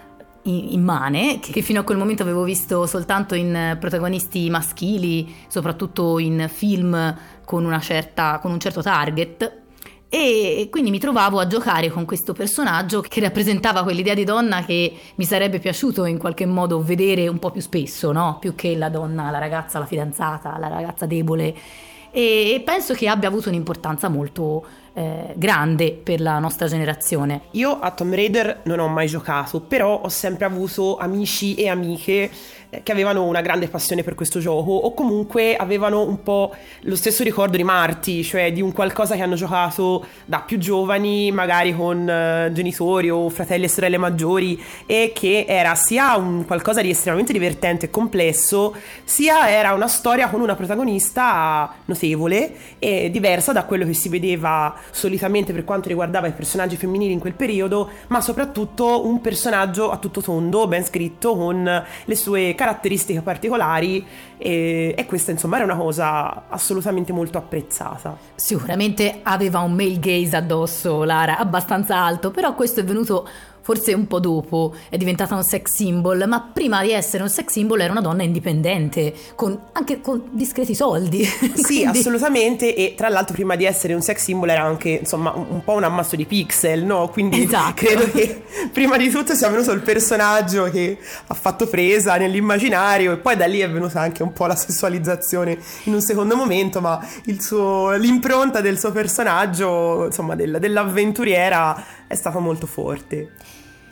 immane, che fino a quel momento avevo visto soltanto in protagonisti maschili, soprattutto in film con una certa, con un certo target. E quindi mi trovavo a giocare con questo personaggio che rappresentava quell'idea di donna che mi sarebbe piaciuto in qualche modo vedere un po' più spesso, no? Più che la donna, la ragazza, la fidanzata, la ragazza debole. E penso che abbia avuto un'importanza molto eh, grande per la nostra generazione. Io a Tomb Raider non ho mai giocato, però ho sempre avuto amici e amiche che avevano una grande passione per questo gioco, o comunque avevano un po' lo stesso ricordo di Marti, cioè di un qualcosa che hanno giocato da più giovani, magari con uh, genitori o fratelli e sorelle maggiori, e che era sia un qualcosa di estremamente divertente e complesso, sia era una storia con una protagonista notevole e diversa da quello che si vedeva solitamente per quanto riguardava i personaggi femminili in quel periodo, ma soprattutto un personaggio a tutto tondo, ben scritto, con le sue caratteristiche particolari, e, e questa insomma era una cosa assolutamente molto apprezzata. Sicuramente aveva un male gaze addosso Lara abbastanza alto, però questo è venuto forse un po' dopo, è diventata un sex symbol, ma prima di essere un sex symbol era una donna indipendente, con, anche con discreti soldi. Sì, quindi... assolutamente, e tra l'altro prima di essere un sex symbol era anche insomma un, un po' un ammasso di pixel, no? Quindi esatto. Credo che prima di tutto sia venuto il personaggio che ha fatto presa nell'immaginario, e poi da lì è venuta anche un po' la sessualizzazione in un secondo momento, ma il suo, l'impronta del suo personaggio, insomma del, dell'avventuriera, è stata molto forte.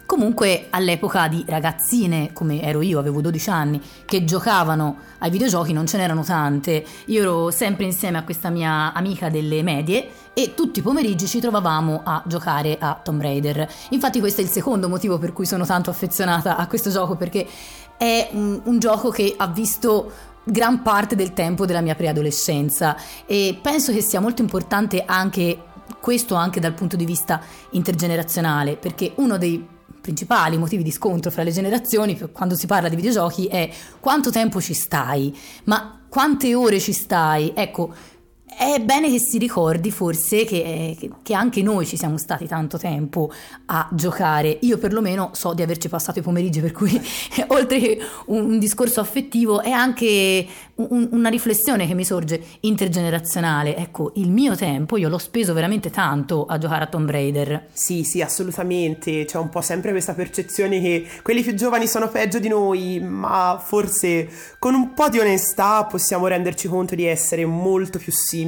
Comunque all'epoca di ragazzine, come ero io, avevo dodici anni, che giocavano ai videogiochi non ce n'erano tante. Io ero sempre insieme a questa mia amica delle medie e tutti i pomeriggi ci trovavamo a giocare a Tomb Raider. Infatti questo è il secondo motivo per cui sono tanto affezionata a questo gioco, perché è un, un gioco che ha visto gran parte del tempo della mia preadolescenza e penso che sia molto importante anche questo anche dal punto di vista intergenerazionale, perché uno dei principali motivi di scontro fra le generazioni quando si parla di videogiochi è quanto tempo ci stai, ma quante ore ci stai. Ecco, è bene che si ricordi forse che, che, che anche noi ci siamo stati tanto tempo a giocare. Io perlomeno so di averci passato i pomeriggi, per cui oltre che un, un discorso affettivo è anche un, una riflessione che mi sorge intergenerazionale. Ecco, il mio tempo io l'ho speso veramente tanto a giocare a Tomb Raider. Sì, sì, assolutamente. C'è un po' sempre questa percezione che quelli più giovani sono peggio di noi, ma forse con un po' di onestà possiamo renderci conto di essere molto più simili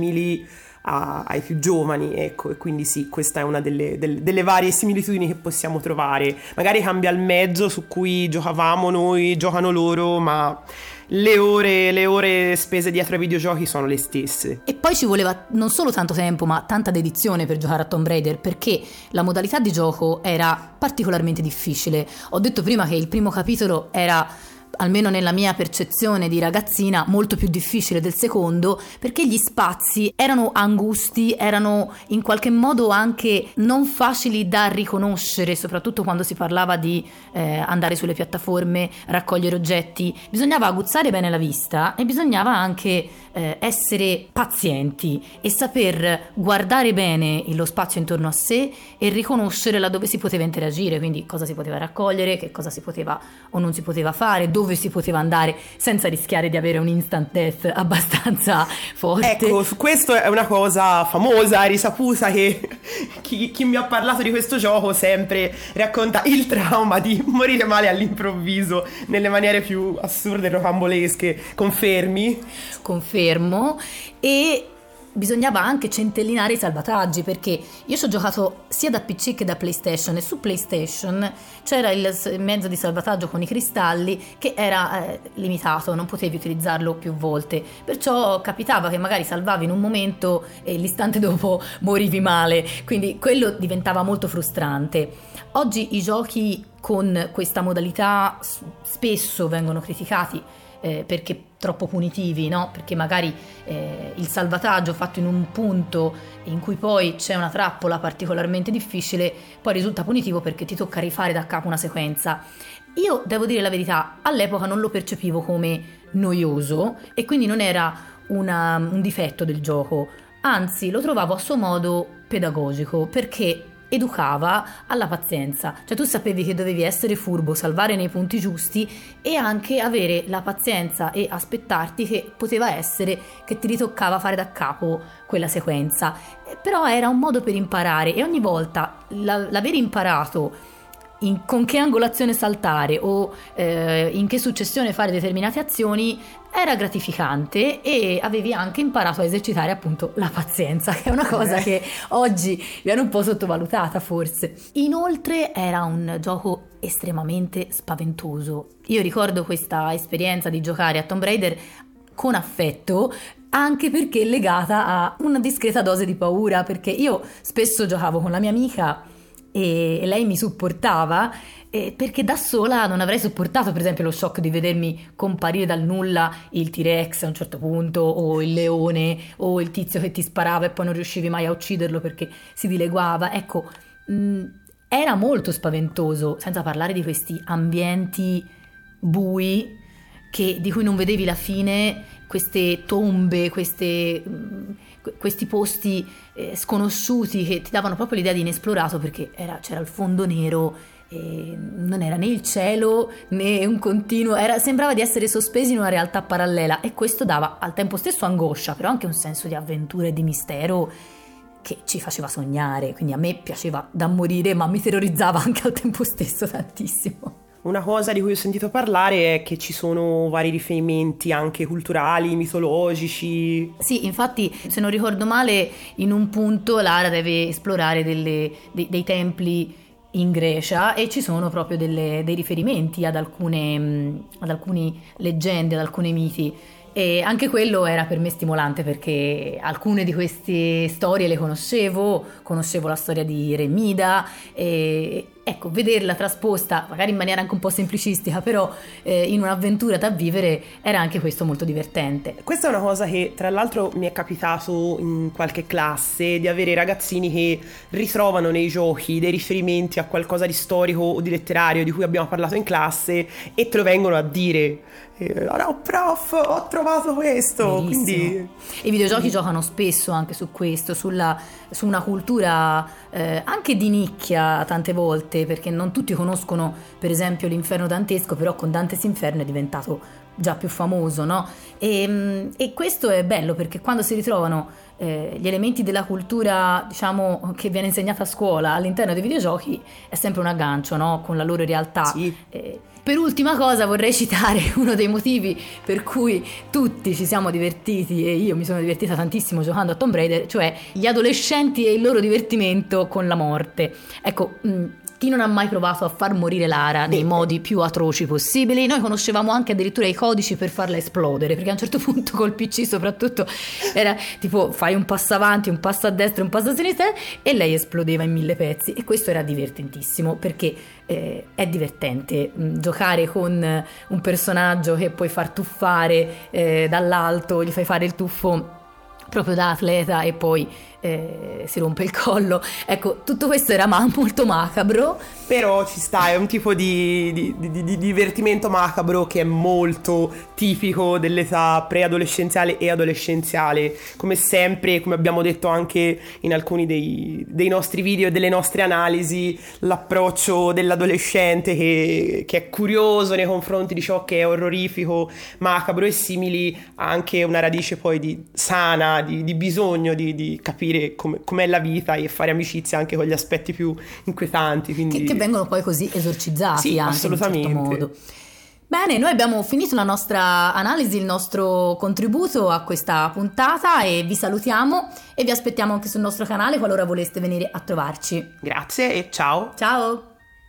A, ai più giovani, ecco, e quindi sì, questa è una delle, delle, delle varie similitudini che possiamo trovare. Magari cambia il mezzo su cui giocavamo noi, giocano loro, ma le ore, le ore spese dietro ai videogiochi sono le stesse. E poi ci voleva non solo tanto tempo, ma tanta dedizione per giocare a Tomb Raider, perché la modalità di gioco era particolarmente difficile. Ho detto prima che il primo capitolo era, almeno nella mia percezione di ragazzina, molto più difficile del secondo, perché gli spazi erano angusti, erano in qualche modo anche non facili da riconoscere, soprattutto quando si parlava di eh, andare sulle piattaforme, raccogliere oggetti. Bisognava aguzzare bene la vista e bisognava anche eh, essere pazienti e saper guardare bene lo spazio intorno a sé e riconoscere laddove si poteva interagire, quindi cosa si poteva raccogliere, che cosa si poteva o non si poteva fare, dove si poteva andare senza rischiare di avere un instant death abbastanza forte. Ecco, su questo è una cosa famosa, risaputa, che chi, chi mi ha parlato di questo gioco sempre racconta il trauma di morire male all'improvviso nelle maniere più assurde e rocambolesche. Confermi? Confermo. E bisognava anche centellinare i salvataggi, perché io ci ho giocato sia da P C che da PlayStation e su PlayStation c'era il mezzo di salvataggio con i cristalli che era eh, limitato, non potevi utilizzarlo più volte, perciò capitava che magari salvavi in un momento e l'istante dopo morivi male, quindi quello diventava molto frustrante. Oggi i giochi con questa modalità spesso vengono criticati Eh, perché troppo punitivi, no? Perché magari eh, il salvataggio fatto in un punto in cui poi c'è una trappola particolarmente difficile poi risulta punitivo perché ti tocca rifare da capo una sequenza. Io devo dire la verità, all'epoca non lo percepivo come noioso e quindi non era una, un difetto del gioco, anzi lo trovavo a suo modo pedagogico, perché educava alla pazienza, cioè tu sapevi che dovevi essere furbo, salvare nei punti giusti e anche avere la pazienza e aspettarti che poteva essere che ti ritoccava fare da capo quella sequenza, però era un modo per imparare e ogni volta la, l'aver imparato in con che angolazione saltare o eh, in che successione fare determinate azioni era gratificante e avevi anche imparato a esercitare appunto la pazienza, che è una cosa eh. che oggi viene un po' sottovalutata forse. Inoltre era un gioco estremamente spaventoso. Io ricordo questa esperienza di giocare a Tomb Raider con affetto, anche perché legata a una discreta dose di paura, perché io spesso giocavo con la mia amica e lei mi supportava eh, perché da sola non avrei sopportato per esempio lo shock di vedermi comparire dal nulla il T-Rex a un certo punto o il leone o il tizio che ti sparava e poi non riuscivi mai a ucciderlo perché si dileguava. Ecco, mh, era molto spaventoso, senza parlare di questi ambienti bui che, di cui non vedevi la fine, queste tombe, queste, questi posti eh, sconosciuti che ti davano proprio l'idea di inesplorato, perché era, c'era il fondo nero e non era né il cielo né un continuo, era, sembrava di essere sospesi in una realtà parallela, e questo dava al tempo stesso angoscia, però anche un senso di avventura e di mistero che ci faceva sognare. Quindi a me piaceva da morire, ma mi terrorizzava anche al tempo stesso tantissimo. Una cosa di cui ho sentito parlare è che ci sono vari riferimenti anche culturali, mitologici. Sì, infatti, se non ricordo male, in un punto Lara deve esplorare delle, dei, dei templi in Grecia e ci sono proprio delle, dei riferimenti ad alcune, ad alcune leggende, ad alcuni miti. E anche quello era per me stimolante perché alcune di queste storie le conoscevo, conoscevo la storia di Remida e ecco, vederla trasposta magari in maniera anche un po' semplicistica, però eh, in un'avventura da vivere era anche questo molto divertente. Questa è una cosa che tra l'altro mi è capitato in qualche classe, di avere ragazzini che ritrovano nei giochi dei riferimenti a qualcosa di storico o di letterario di cui abbiamo parlato in classe e te lo vengono a dire. No, prof, ho trovato questo. Quindi... I videogiochi giocano spesso anche su questo, sulla, su una cultura eh, anche di nicchia tante volte, perché non tutti conoscono per esempio l'Inferno dantesco, però con Dante's Inferno è diventato già più famoso, no? E, e questo è bello perché quando si ritrovano eh, gli elementi della cultura, diciamo, che viene insegnata a scuola all'interno dei videogiochi, è sempre un aggancio, no? Con la loro realtà. Sì. Eh, Per ultima cosa vorrei citare uno dei motivi per cui tutti ci siamo divertiti e io mi sono divertita tantissimo giocando a Tomb Raider, cioè gli adolescenti e il loro divertimento con la morte. Ecco, mh, chi non ha mai provato a far morire Lara nei modi più atroci possibili? Noi conoscevamo anche addirittura i codici per farla esplodere, perché a un certo punto col P C soprattutto era tipo fai un passo avanti, un passo a destra, un passo a sinistra e lei esplodeva in mille pezzi e questo era divertentissimo perché eh, è divertente mh, giocare con un personaggio che puoi far tuffare eh, dall'alto, gli fai fare il tuffo proprio da atleta e poi eh, si rompe il collo. Ecco, tutto questo era ma- molto macabro, però ci sta, è un tipo di, di, di, di divertimento macabro che è molto tipico dell'età preadolescenziale e adolescenziale, come sempre, come abbiamo detto anche in alcuni dei, dei nostri video e delle nostre analisi, l'approccio dell'adolescente che, che è curioso nei confronti di ciò che è orrorifico, macabro e simili, ha anche una radice poi di sana, di, di bisogno di, di capire come, com'è la vita e fare amicizia anche con gli aspetti più inquietanti, quindi... che, che vengono poi così esorcizzati, sì, anche assolutamente. in un certo modo. Bene, noi abbiamo finito la nostra analisi, il nostro contributo a questa puntata e vi salutiamo e vi aspettiamo anche sul nostro canale qualora voleste venire a trovarci. Grazie e ciao. Ciao.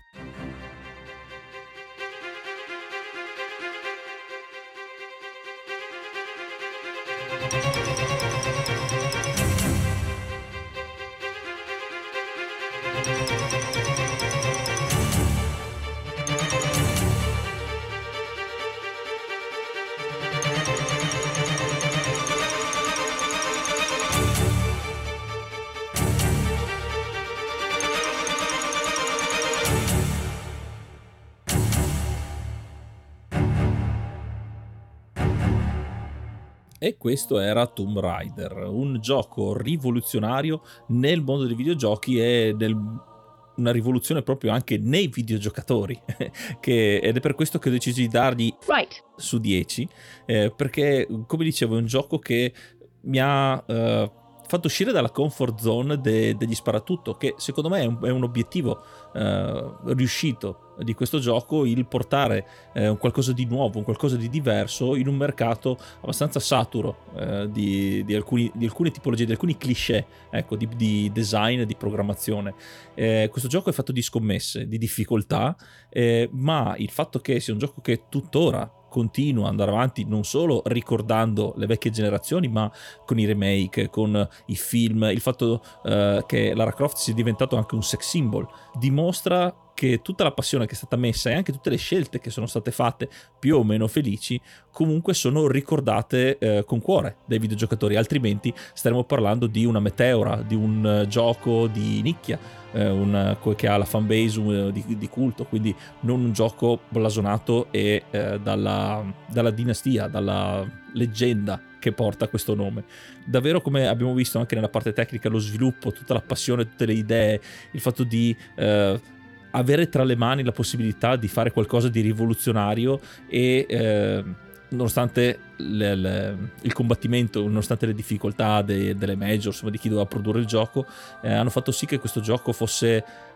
E questo era Tomb Raider, un gioco rivoluzionario nel mondo dei videogiochi e nel, una rivoluzione proprio anche nei videogiocatori, che, ed è per questo che ho deciso di dargli right. su dieci, eh, perché come dicevo è un gioco che mi ha eh, fatto uscire dalla comfort zone de, degli sparatutto, che secondo me è un, è un obiettivo eh, riuscito di questo gioco, il portare eh, un qualcosa di nuovo, un qualcosa di diverso in un mercato abbastanza saturo eh, di, di, alcuni, di alcune tipologie, di alcuni cliché, ecco, di, di design, di programmazione. Eh, questo gioco è fatto di scommesse, di difficoltà, eh, ma il fatto che sia un gioco che tuttora continua ad andare avanti non solo ricordando le vecchie generazioni, ma con i remake, con i film, il fatto eh, che Lara Croft sia diventato anche un sex symbol dimostra che tutta la passione che è stata messa e anche tutte le scelte che sono state fatte più o meno felici comunque sono ricordate eh, con cuore dai videogiocatori, altrimenti staremo parlando di una meteora, di un uh, gioco di nicchia, eh, un, uh, che ha la fanbase uh, di, di culto, quindi non un gioco blasonato e eh, dalla, dalla dinastia, dalla leggenda che porta questo nome. Davvero, come abbiamo visto anche nella parte tecnica, lo sviluppo, tutta la passione, tutte le idee, il fatto di eh, avere tra le mani la possibilità di fare qualcosa di rivoluzionario e eh, nonostante le, le, il combattimento, nonostante le difficoltà de, delle major, insomma di chi doveva produrre il gioco, eh, hanno fatto sì che questo gioco fosse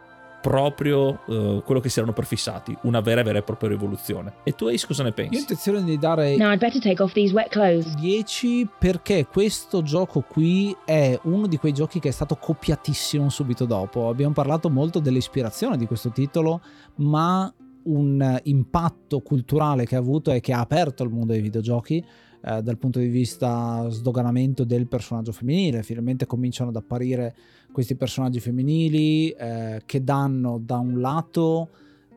proprio uh, quello che si erano prefissati, una vera e vera e propria rivoluzione. E tu Ace cosa ne pensi? Io ho intenzione di dare Now I'd better take off these wet clothes. dieci perché questo gioco qui è uno di quei giochi che è stato copiatissimo subito dopo. Abbiamo parlato molto dell'ispirazione di questo titolo, ma un impatto culturale che ha avuto e che ha aperto il mondo dei videogiochi eh, dal punto di vista sdoganamento del personaggio femminile. Finalmente cominciano ad apparire questi personaggi femminili eh, che danno da un lato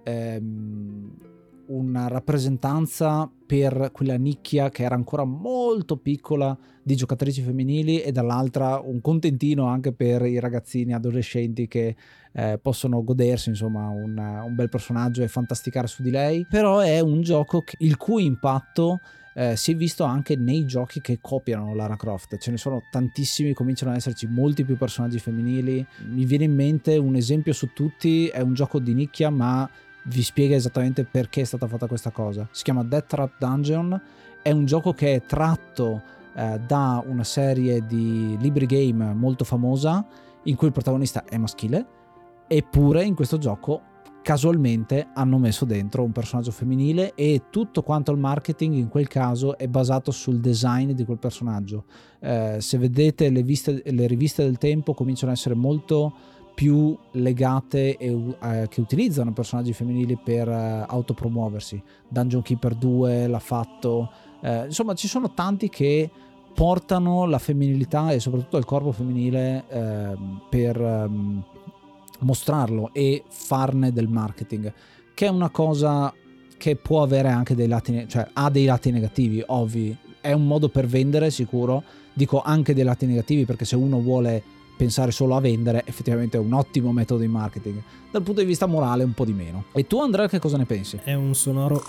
ehm, una rappresentanza per quella nicchia che era ancora molto piccola di giocatrici femminili, e dall'altra un contentino anche per i ragazzini adolescenti che eh, possono godersi insomma un, un bel personaggio e fantasticare su di lei. Però è un gioco che, il cui impatto Eh, si è visto anche nei giochi che copiano Lara Croft. Ce ne sono tantissimi, cominciano ad esserci molti più personaggi femminili. Mi viene in mente un esempio su tutti, è un gioco di nicchia ma vi spiega esattamente perché è stata fatta questa cosa. Si chiama Death Trap Dungeon, è un gioco che è tratto eh, da una serie di libri game molto famosa in cui il protagonista è maschile, eppure in questo gioco casualmente hanno messo dentro un personaggio femminile e tutto quanto il marketing in quel caso è basato sul design di quel personaggio. Eh, se vedete le, viste, le riviste del tempo cominciano ad essere molto più legate e eh, che utilizzano personaggi femminili per eh, autopromuoversi. Dungeon Keeper due l'ha fatto, eh, insomma ci sono tanti che portano la femminilità e soprattutto il corpo femminile eh, per um, mostrarlo e farne del marketing, che è una cosa che può avere anche dei lati, cioè ha dei lati negativi ovvi. È un modo per vendere sicuro, dico anche dei lati negativi, perché se uno vuole pensare solo a vendere effettivamente è un ottimo metodo di marketing. Dal punto di vista morale un po' di meno. E tu Andrea che cosa ne pensi? È un sonoro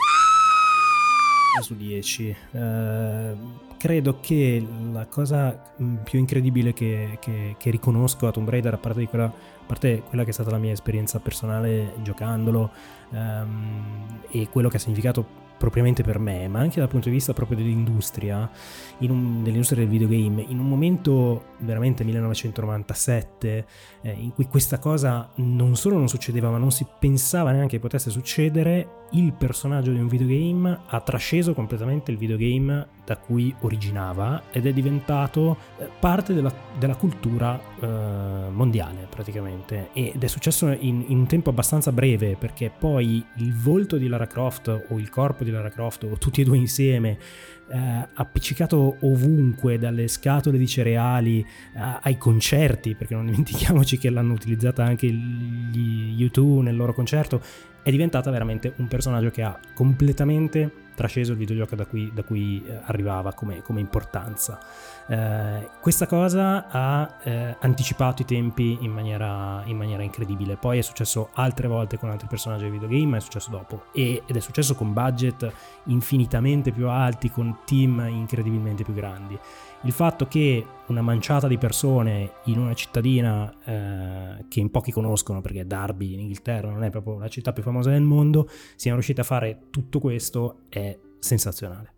su dieci. Eh, credo che la cosa più incredibile che, che, che riconosco a Tomb Raider, a parte, di quella, a parte quella che è stata la mia esperienza personale giocandolo ehm, e quello che ha significato propriamente per me, ma anche dal punto di vista proprio dell'industria, in un, dell'industria del videogame, in un momento veramente millenovecentonovantasette eh, in cui questa cosa non solo non succedeva, ma non si pensava neanche che potesse succedere, il personaggio di un videogame ha trasceso completamente il videogame da cui originava ed è diventato parte della, della cultura eh, mondiale praticamente, ed è successo in, in un tempo abbastanza breve, perché poi il volto di Lara Croft o il corpo di Lara Croft o tutti e due insieme eh, appiccicato ovunque, dalle scatole di cereali a, ai concerti, perché non dimentichiamoci che l'hanno utilizzata anche gli U due nel loro concerto, è diventata veramente un personaggio che ha completamente trasceso il videogioco da cui, da cui eh, arrivava come, come importanza. Eh, questa cosa ha eh, anticipato i tempi in maniera, in maniera incredibile. Poi è successo altre volte con altri personaggi del videogame, ma è successo dopo, e, ed è successo con budget infinitamente più alti, con team incredibilmente più grandi. Il fatto che una manciata di persone in una cittadina eh, che in pochi conoscono, perché Derby in Inghilterra non è proprio la città più famosa del mondo, siano riusciti a fare tutto questo è sensazionale.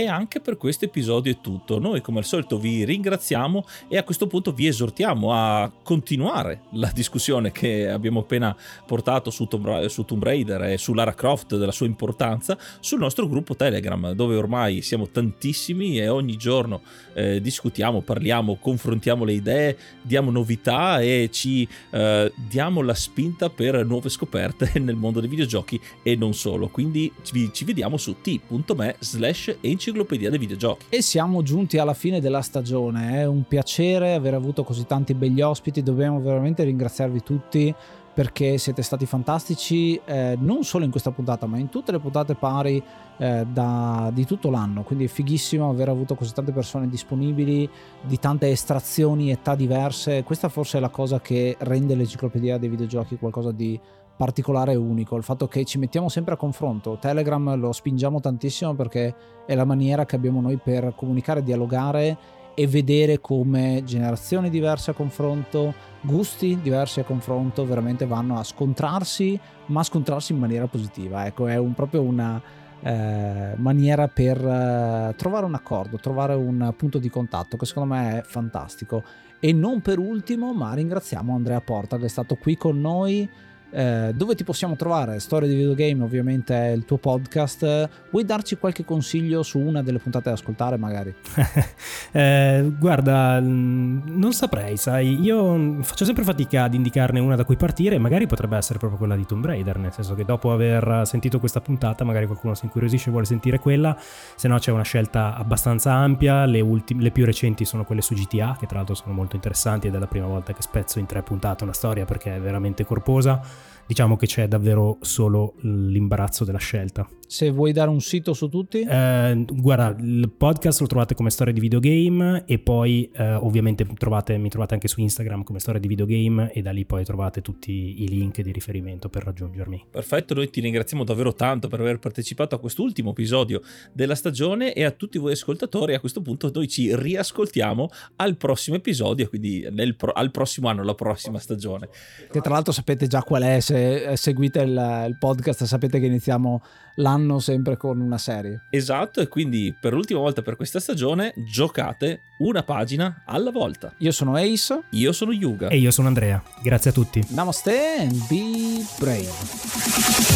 E anche per questo episodio è tutto. Noi come al solito vi ringraziamo e a questo punto vi esortiamo a continuare la discussione che abbiamo appena portato su Tomb, su Tomb Raider e su Lara Croft, della sua importanza, sul nostro gruppo Telegram, dove ormai siamo tantissimi e ogni giorno eh, discutiamo, parliamo, confrontiamo le idee, diamo novità e ci eh, diamo la spinta per nuove scoperte nel mondo dei videogiochi e non solo. Quindi ci, ci vediamo su t.me slash enciclopedia dei videogiochi. E siamo giunti alla fine della stagione, è un piacere aver avuto così tanti begli ospiti, dobbiamo veramente ringraziarvi tutti perché siete stati fantastici, eh, non solo in questa puntata ma in tutte le puntate pari eh, da, di tutto l'anno, quindi è fighissimo aver avuto così tante persone disponibili di tante estrazioni, età diverse. Questa forse è la cosa che rende l'enciclopedia dei videogiochi qualcosa di particolare e unico, il fatto che ci mettiamo sempre a confronto. Telegram lo spingiamo tantissimo perché è la maniera che abbiamo noi per comunicare, dialogare e vedere come generazioni diverse a confronto, gusti diversi a confronto veramente vanno a scontrarsi, ma scontrarsi in maniera positiva. Ecco, è un, proprio una eh, maniera per eh, trovare un accordo, trovare un punto di contatto che secondo me è fantastico. E non per ultimo, ma ringraziamo Andrea Porta che è stato qui con noi. Eh, dove ti possiamo trovare? Storia di Videogame ovviamente è il tuo podcast. Vuoi darci qualche consiglio su una delle puntate da ascoltare magari? eh, guarda, non saprei, sai, io faccio sempre fatica ad indicarne una da cui partire. Magari potrebbe essere proprio quella di Tomb Raider, nel senso che dopo aver sentito questa puntata magari qualcuno si incuriosisce e vuole sentire quella, se no c'è una scelta abbastanza ampia. Le, ultime, le più recenti sono quelle su G T A, che tra l'altro sono molto interessanti ed è la prima volta che spezzo in tre puntate una storia perché è veramente corposa. Diciamo che c'è davvero solo l'imbarazzo della scelta. Se vuoi dare un sito su tutti? Eh, guarda, il podcast lo trovate come Storia di Videogame e poi eh, ovviamente trovate, mi trovate anche su Instagram come Storia di Videogame e da lì poi trovate tutti i link di riferimento per raggiungermi. Perfetto, noi ti ringraziamo davvero tanto per aver partecipato a quest'ultimo episodio della stagione e a tutti voi ascoltatori. A questo punto noi ci riascoltiamo al prossimo episodio, quindi nel pro- al prossimo anno, la prossima stagione. Che tra l'altro sapete già qual è, se seguite il, il podcast sapete che iniziamo l'anno sempre con una serie. Esatto, e quindi per l'ultima volta per questa stagione giocate una pagina alla volta. Io sono Ace. Io sono Yuga. E io sono Andrea. Grazie a tutti. Namaste and be brave.